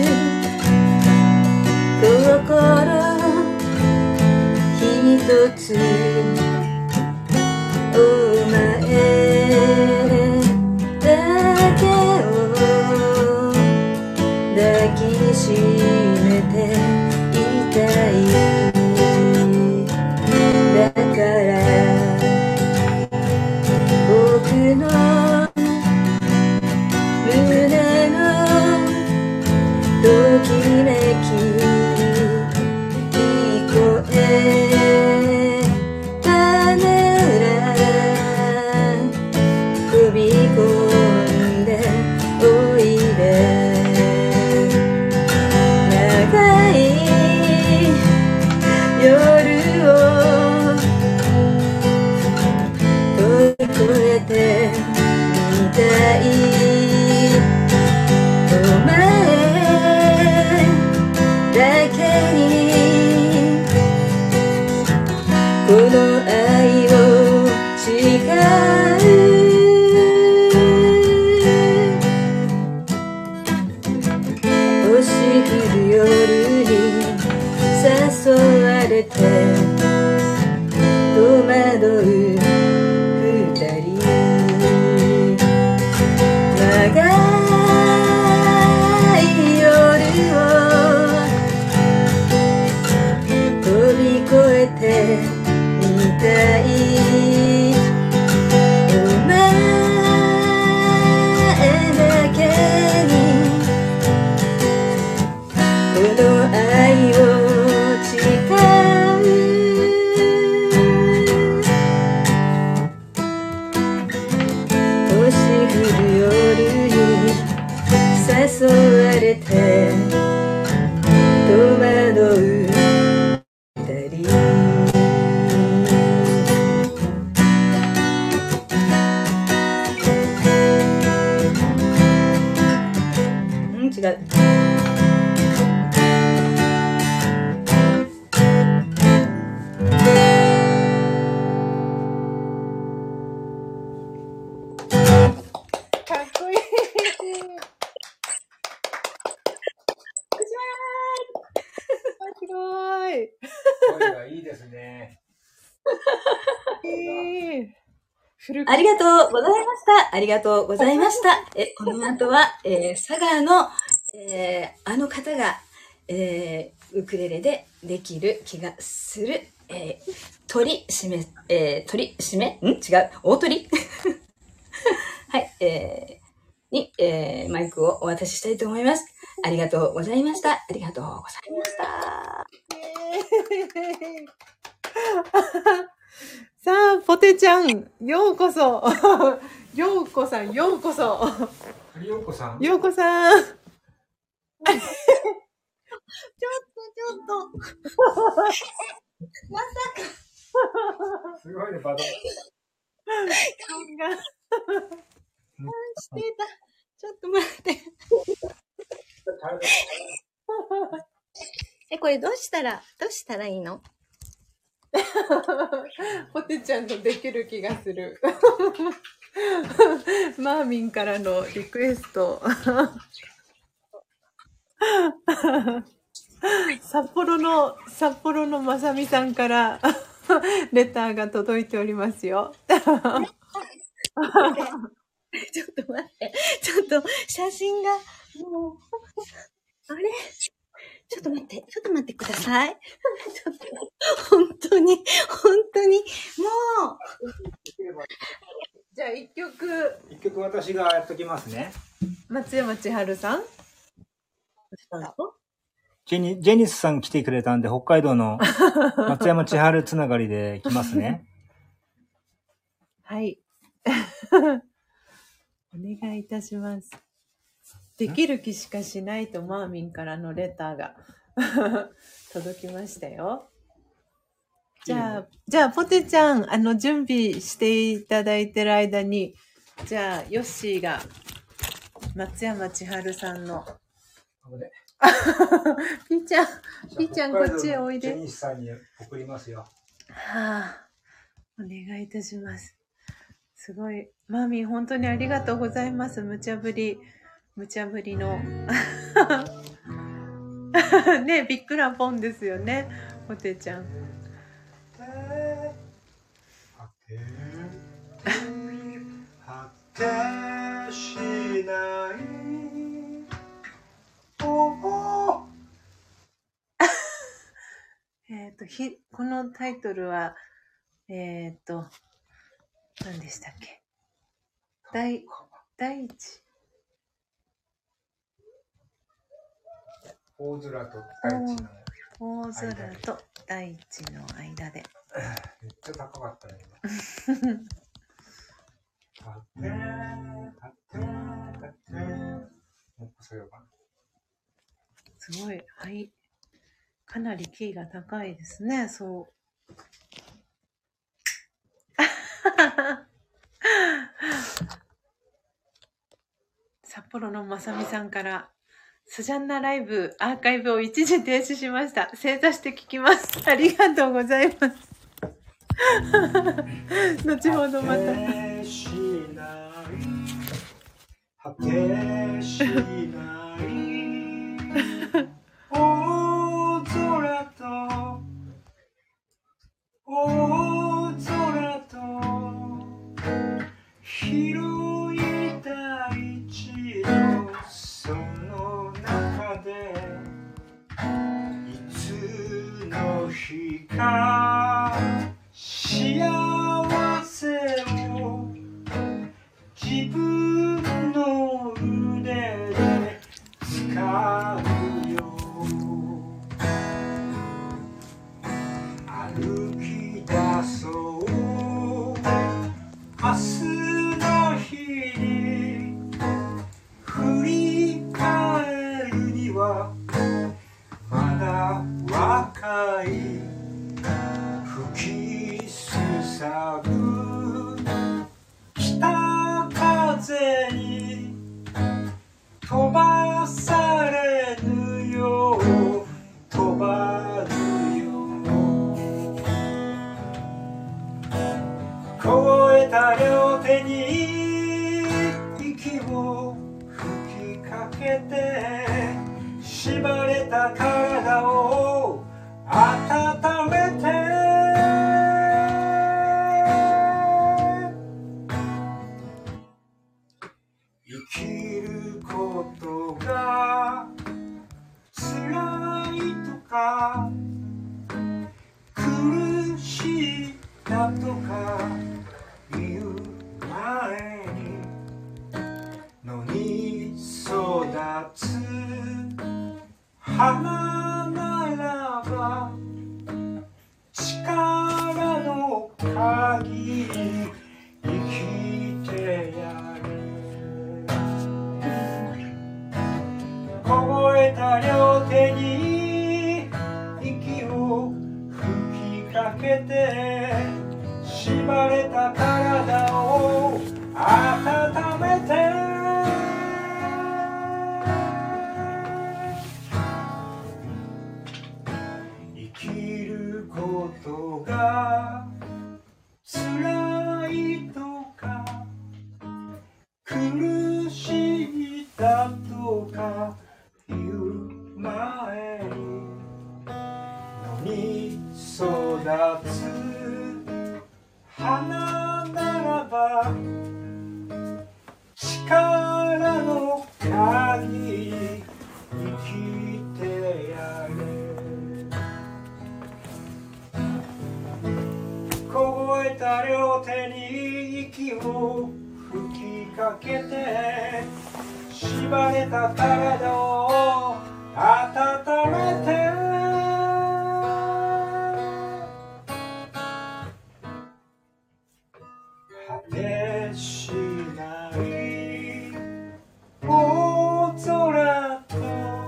心一つお前だけを抱きしめていたいだから僕の胸のときめき聞こえたなら飛び込んでおいで長い夜を飛び越えてみたいお前だけにこの愛を誓う星降る夜に誘われて戸惑う二人長い夜を飛び越えてみたいお前だ戸惑う二人。違う。 かっこいい。すごい。 声がいいですね。 ありがとうございました。ありがとうございました。この後は、佐賀の、あの方が、ウクレレでできる気がする、鳥締め、違う、大鳥はい、に、マイクをお渡ししたいと思います。ありがとうございました。ありがとうございました。 さあ、ポテちゃん、ようこそ。ようこさん、ようこそ。 ようこさん。 ようこさん。ちょっと。まさか。 すごいね、バド。 顔が。してた。ちょっと待って。 これどうしたらいいの？ ポテちゃんとできる気がする。マーミンからのリクエスト。札幌のまさみさんからレターが届いておりますよ。 ちょっと待って。ちょっと写真がもうあれ？ちょっと待ってください。ちょっと本当にもう。 じゃあ一曲私がやっときますね。 松山千春さん。 ジェニスさん来てくれたんで、北海道の松山千春つながりで来ますね。 はい。お願いいたします。できる気しかしないとマーミンからのレターが届きましたよ。じゃあ、ポテちゃん、準備していただいてる間に、じゃあ、ヨッシーが、松山千春さんの、ピーちゃん、こっちへおいで。 ジェニスさんに送りますよ。 はあ、お願いいたします。すごい。マーミン、本当にありがとうございます。無茶ぶりの。ね、びっくらぽんですよね、ポテちゃん。 果てしないこのタイトルは、何でしたっけ？大地。 大空と大地の。 大空と大地の間で。 めっちゃ高かったね。もっとそれかな。 すごい、はい。かなりキーが高いですね、そう。札幌のまさみさんから、スジャンナライブアーカイブを一時停止しました。正座して聞きます。ありがとうございます。後ほどまた。果てしない大空と広い大地のその中でいつの日か幸せを自分の腕で掴むよ歩き出そう明日の日に振り返るにはまだ若い吹きすさぶ北風に飛ばされぬよう飛ばぬよう凍えた両手に息を吹きかけて縛れた体を温めて生きることが辛いとか苦しいだとか言う前に野に育つ花ならば力の限り生きてやる凍えた両手に息を吹きかけて縛れた体を温めて生きることが辛いとか苦しいだとか言う前に野に育つ花ならば力の限り生きてやれ凍えた両手に息を吹きかけて縛れた体を温めて果てしない大空と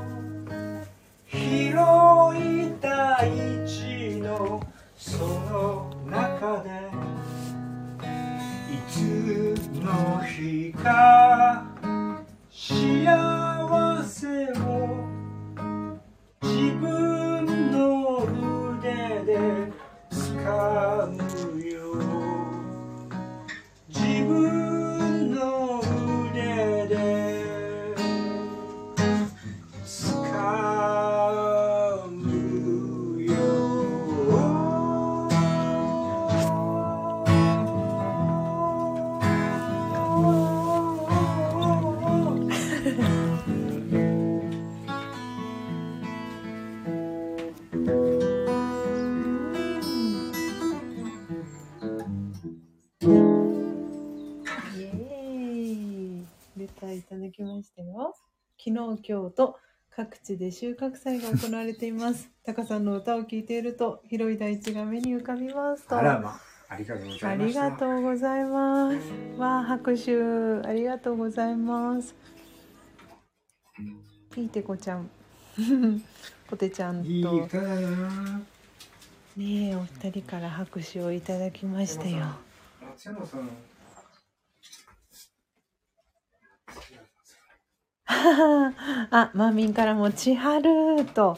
広い大地のその中でいつの日か幸せを自分の腕で掴むよ自分の腕で掴むよイエーイ。レターいただきましたよ。昨日、今日と各地で収穫祭が行われています。タカさんの歌を聴いていると広い大地が目に浮かびますと。 あらまありがとうござあいましたりがとうございます。わあ、拍手。ありがとうございます。ピーテコちゃん。ポテちゃんと。 いい歌だなねえ、お二人から拍手をいただきましたよ。 松山さんあ、マーミンからも千春と。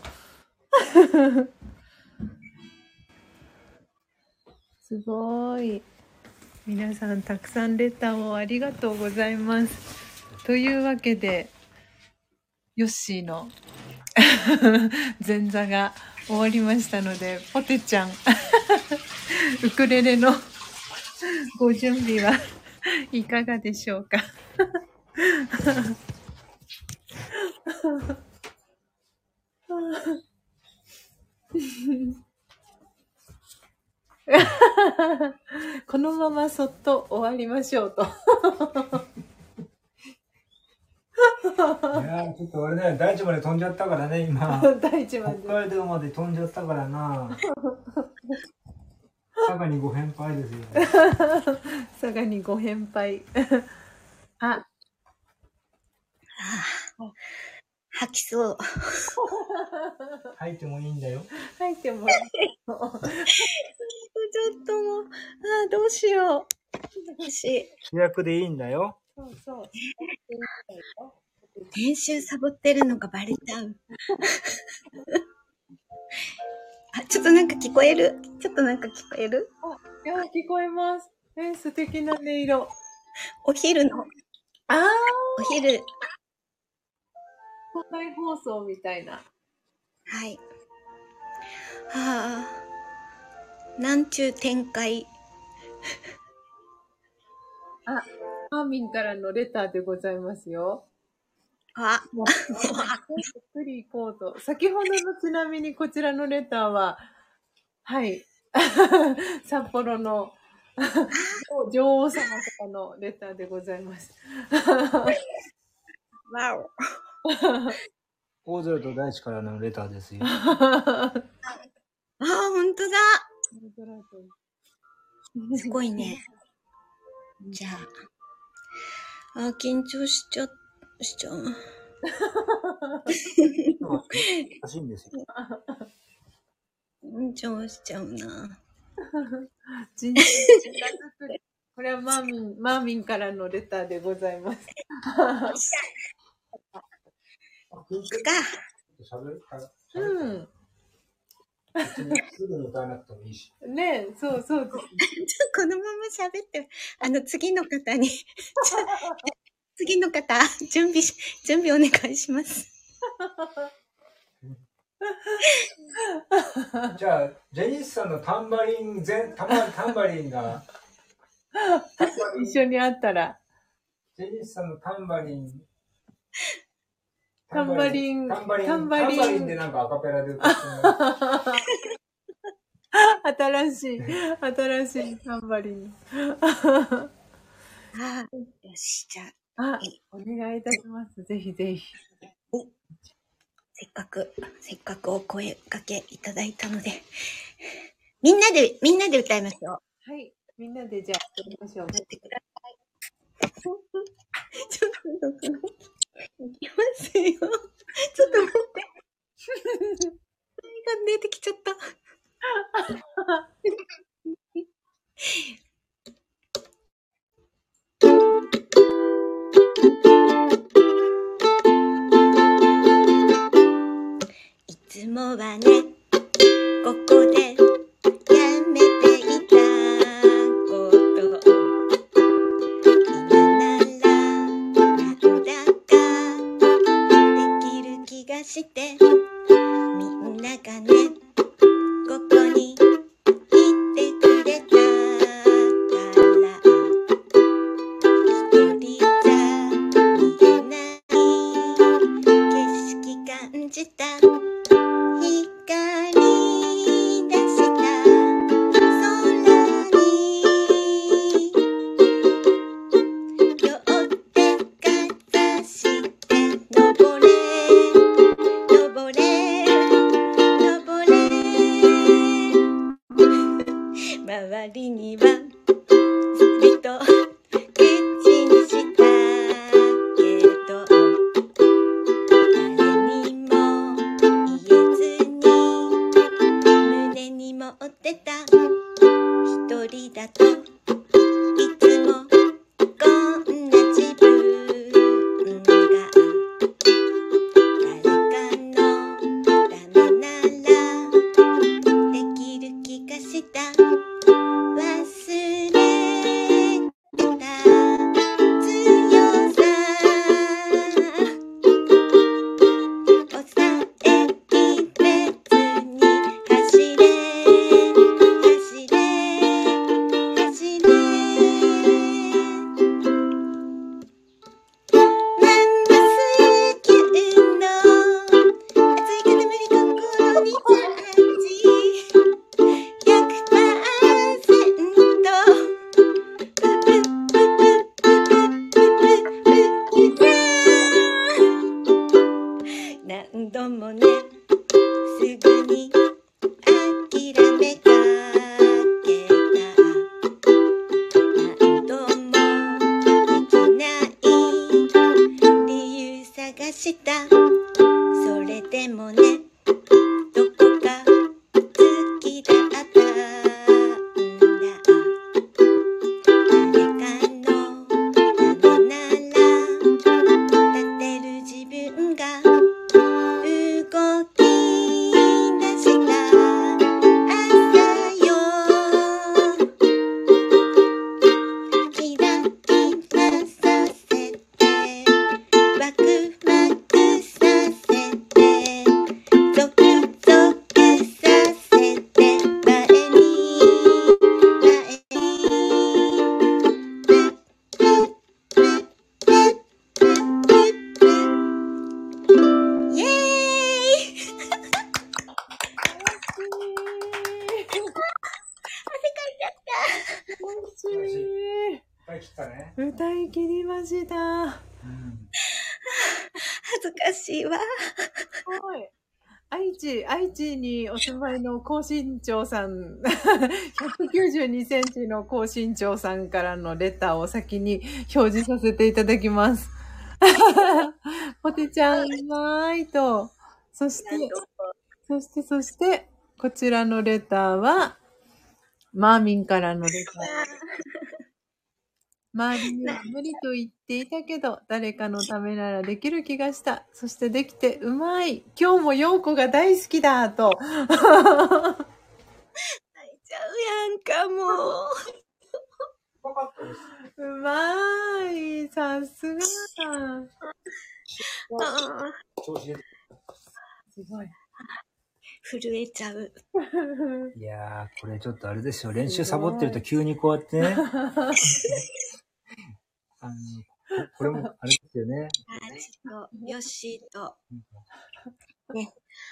すごい。皆さんたくさんレターをありがとうございます。というわけで、ヨッシーの前座が終わりましたので、ポテちゃん、ウクレレのご準備はいかがでしょうか。このままそっと終わりましょうと。 いやちょっと俺ね大地まで飛んじゃったからね今大地まで。 北海道まで飛んじゃったからな佐賀にご返杯ですよ佐賀にご返杯。あ、 吐きそう。 吐いてもいいんだよ。 入ってもいい。 ちょっともう、どうしよう。私、 主役でいいんだよ。 そうそう。 練習サボってるのがバレちゃう。ちょっとなんか聞こえる？ちょっとなんか聞こえる？ いや、聞こえます。素敵な音色。 お昼の、 あー、 お昼、 公開放送みたいな。 はい。なんちゅう展開。 マーミンからのレターでございますよ。もうゆっくり行こうと。先ほどのちなみにこちらのレターは、はい。札幌の女王様とかのレターでございます。 わお。 大空と大地からのレターですよ。 ほんとだ。すごいね。じゃあ。緊張しちゃう。 難しいんですよ。 緊張しちゃうな。 これはマーミンからのレターでございます。うん。 すぐに歌わなくてもいいし。 ねえ、そうそう。 このまま喋って、次の方に、次の方、準備お願いします。 じゃあ、ジェニスさんのタンバリンが、 一緒に会ったら。 ジェニスさんのタンバリンでなんかアカペラで歌って新しいタンバリン。 よし、じゃあ、お願いいたします。ぜひぜひ。 せっかくお声かけいただいたので、みんなで歌いましょう。 はい、みんなでじゃあ歌いましょう。 歌ってください。ちょっと、いきますよ。ちょっと待って。が出てきちゃった。いつもはね、ここでやめていたこと今ならなんだかできる気がしてみんながねここにいてくれたから一人じゃ見えない景色感じた光出した空に両手かざして登れ周りにはずっと口にしたけど誰にも言えずに胸に持ってた一人だといつもこんな自分が誰かのためならできる気がした忘れてた強さ抑えきれずに走れマンモスキューの熱い塊心にチャージ何度もねすぐに諦めかけた何度もできない理由探したでもね、どこか好きだったんだ。誰かのためなら立てる自分が動き出した朝よ。キラキラさせてワクワクさせてゾクゾクさせて前に前にプップップップップップップッイエーイ汗かいちゃった。 素晴らしい。はい、切ったね。 歌い切りました。 うん。 恥ずかしいわ。 はい。愛知にお住まいの高身長さん、192センチの高身長さんからのレターを先に表示させていただきます。ポテちゃん、うまいと。そして、こちらのレターは、マーミンからのレター。周りには無理と言っていたけど、誰かのためならできる気がした。そしてできてうまい。今日も陽子が大好きだと。 泣いちゃうやんか、もう。 わかったです。 うまい。さすが。 調子出て。 すごい。 震えちゃう。 いやー、これちょっとあれですよ。練習サボってると急にこうやってね。これもあれですよね。 ちょっと、ヨッシーと、ね、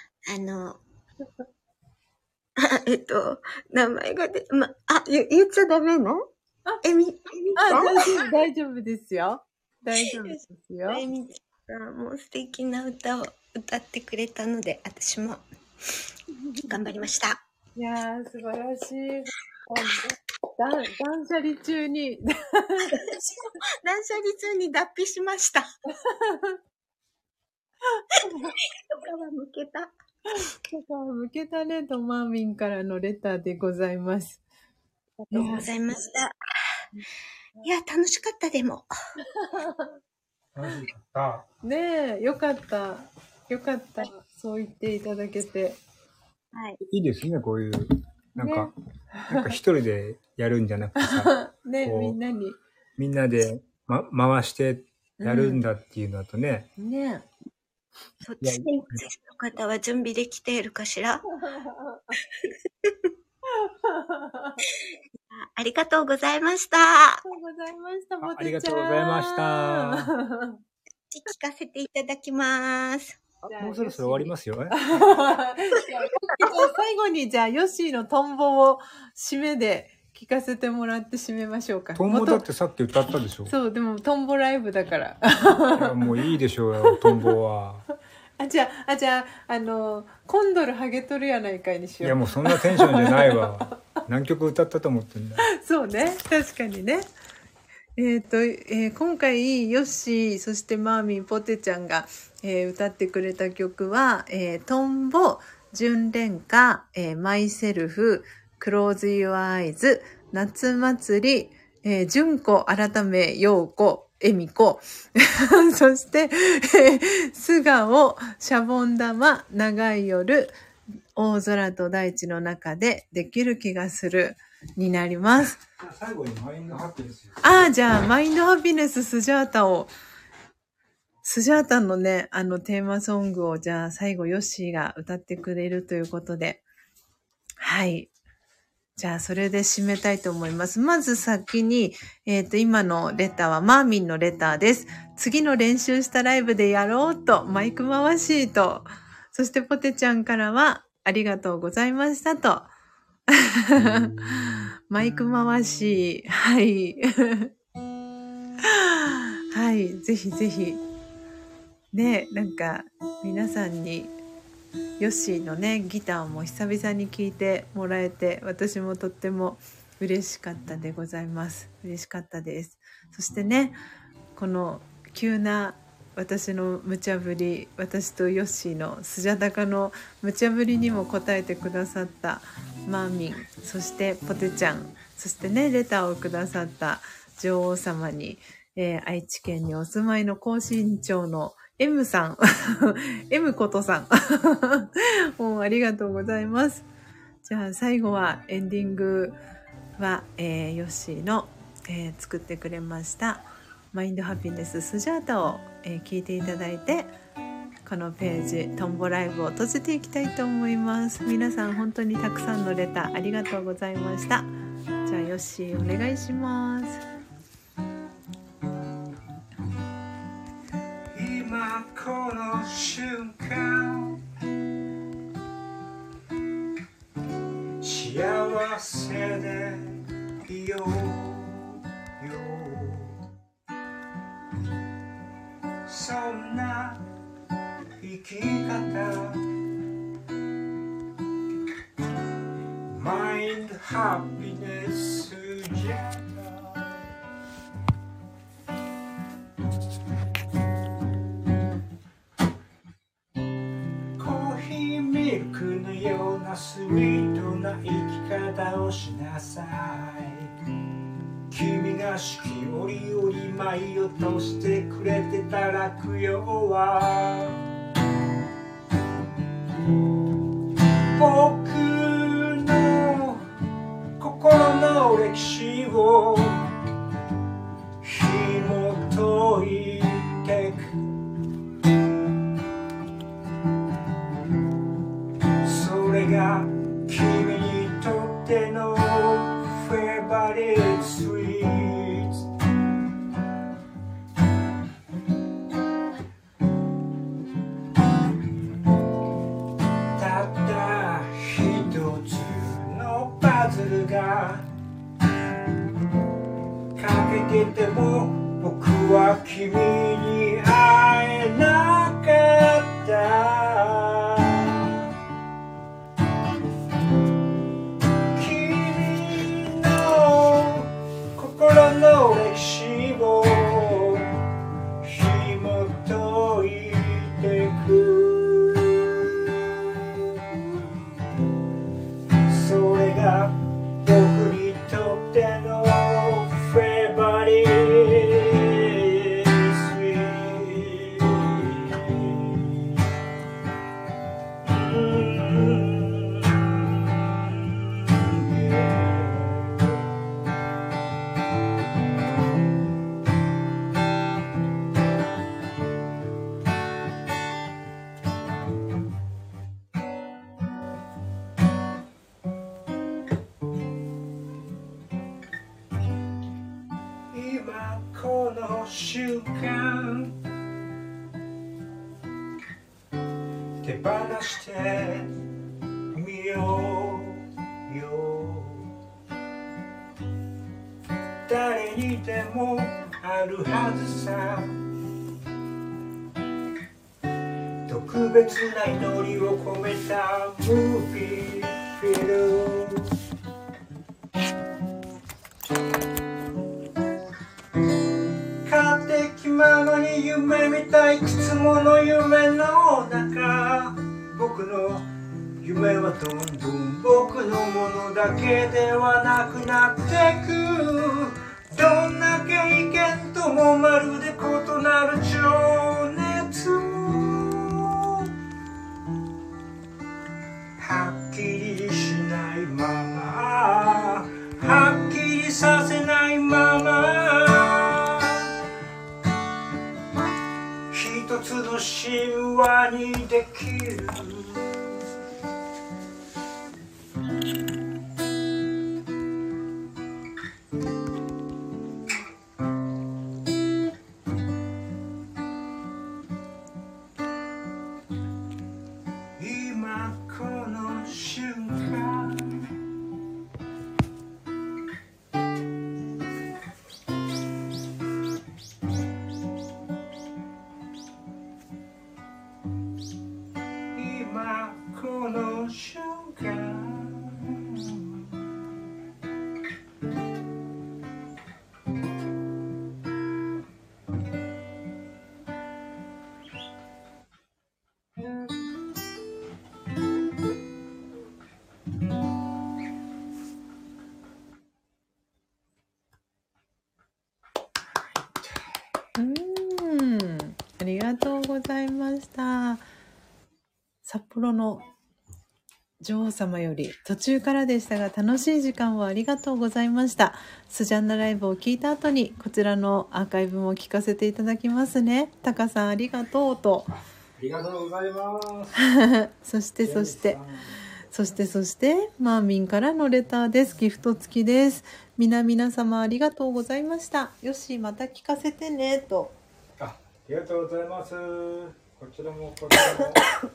名前が言っちゃダメなエミ大丈夫ですよ。大丈夫ですよ。 エミさんも素敵な歌を歌ってくれたので、私も頑張りました。 いやー、素晴らしい。断捨離中に。 断捨離中に脱皮しました。とかは向けた。 向けたねとマーミンからのレターでございます。 ありがとうございました。いや、楽しかったでも。 楽しかった。 ねえ、よかった。よかった。そう言っていただけて。 はい。 いいですね、こういう、なんか一人でやるんじゃなくてさ、 ね、みんなで、回してやるんだっていうのとね。 ねそっちの方は準備できているかしらありがとうございました。 ありがとうございました、 ありがとうございました。 聞かせていただきます。 もうそろそろ終わりますよ。 最後にじゃあ、ヨッシーのトンボを締めで聞かせてもらって締めましょうか。 トンボだってさっき歌ったでしょ。 そう、でもトンボライブだから。 いやもういいでしょうよ、トンボは。 じゃあ、コンドルハゲとるやないかいにしよう。 いやもうそんなテンションじゃないわ。何曲歌ったと思ってんだ。 そうね、確かにね。今回ヨッシー、そしてマーミン、ポテちゃんが、歌ってくれた曲は、トンボ、純恋歌、マイセルフ、クローズユアアイズ、夏祭り、純子改め陽子、恵美子、そして、素顔、シャボン玉、長い夜、大空と大地の中でできる気がするになります。 最後にマインドハピネス。 じゃあ、マインドハピネススジャータのね、テーマソングを、じゃあ、最後、ヨッシーが歌ってくれるということで。はい。じゃあ、それで締めたいと思います。まず先に、今のレターはマーミンのレターです。次の練習したライブでやろうと、マイク回しと、そしてポテちゃんからは、ありがとうございましたと。マイク回し、はい。はい、ぜひぜひ。ね、なんか、皆さんに、ヨッシーのね、ギターも久々に聴いてもらえて、私もとっても嬉しかったでございます。嬉しかったです。そしてね、この急な私の無茶ぶり、私とヨッシーのスジャタカの無茶ぶりにも答えてくださったマーミン、そしてポテちゃん、そしてねレターをくださった女王様に、愛知県にお住まいの高身長の M さんM ことさんもうありがとうございます。じゃあ最後はエンディングは、ヨッシーの、作ってくれましたマインドハピネススジャータを、聞いていただいて、このページトンボライブを閉じていきたいと思います。皆さん本当にたくさんのレターありがとうございました。じゃあヨッシーお願いします。 今この瞬間幸せでいようよ、そんな生き方マインドハピネスじゃミルクのようなスイートな生き方をしなさい。君が四季折々舞い落としてくれてた落葉は僕の心の歴史を紐解いてく。それが君にとってのフェイバリットスイーツ。たった一つのパズルが欠けてても僕は君に会えなかった。心の歴史を紐解いてく。それが僕にとってのフェイバリットスイー今この瞬間手放してみようよ。誰にでもあるはずさ、特別な祈りを込めたムービーフィルム。勝手気ままに夢見たいくつもの夢の中、僕の夢はどんどん僕のものだけではなくなってく。どんな経験ともまるで異なる情熱をはっきりしないまま、はっきりさせないまま、一つの神話にできる。今この瞬間今この瞬間ございました。札幌の女王様より途中からでしたが楽しい時間をありがとうございました。スジャンナライブを聞いた後にこちらのアーカイブも聞かせていただきますね。タカさんありがとうと。 ありがとうございます。 そしてマーミンからのレターです。ギフト付きです。皆様ありがとうございました。よしまた聞かせてねと。 ありがとうございます。こちらもこちらも。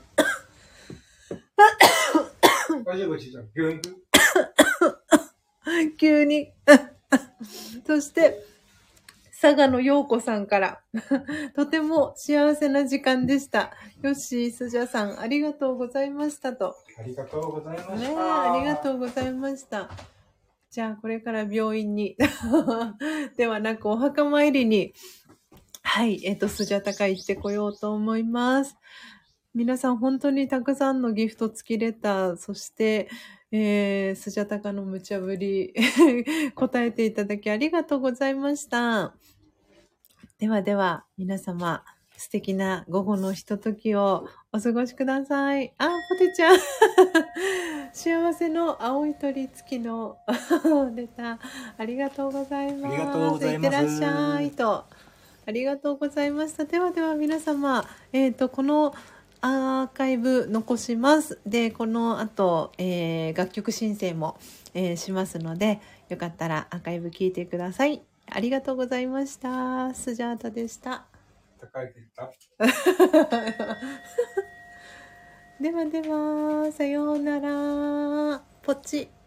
大丈夫ちいちゃん、病院行く？ 急に。そして、佐賀の陽子さんから、とても幸せな時間でした。よっしー、スジャさん、ありがとうございましたと。 ありがとうございました。 ねえ、ありがとうございました。じゃあ、これから病院に、ではなくお墓参りに、はい、スジャタカ行ってこようと思います。皆さん本当にたくさんのギフト付きレター、そして、スジャタカの無茶ぶり、答えていただきありがとうございました。では、皆様、素敵な午後のひとときをお過ごしください。あ、ポテちゃん。幸せの青い鳥付きのレター、ありがとうございます。 ありがとうございます。 いってらっしゃいと。ありがとうございました。では皆様、このアーカイブ残します。で、この後、楽曲申請も、しますので、よかったらアーカイブ聞いてください。ありがとうございました。スジャータでした。 高いって言ったでは、さようなら。ポチ。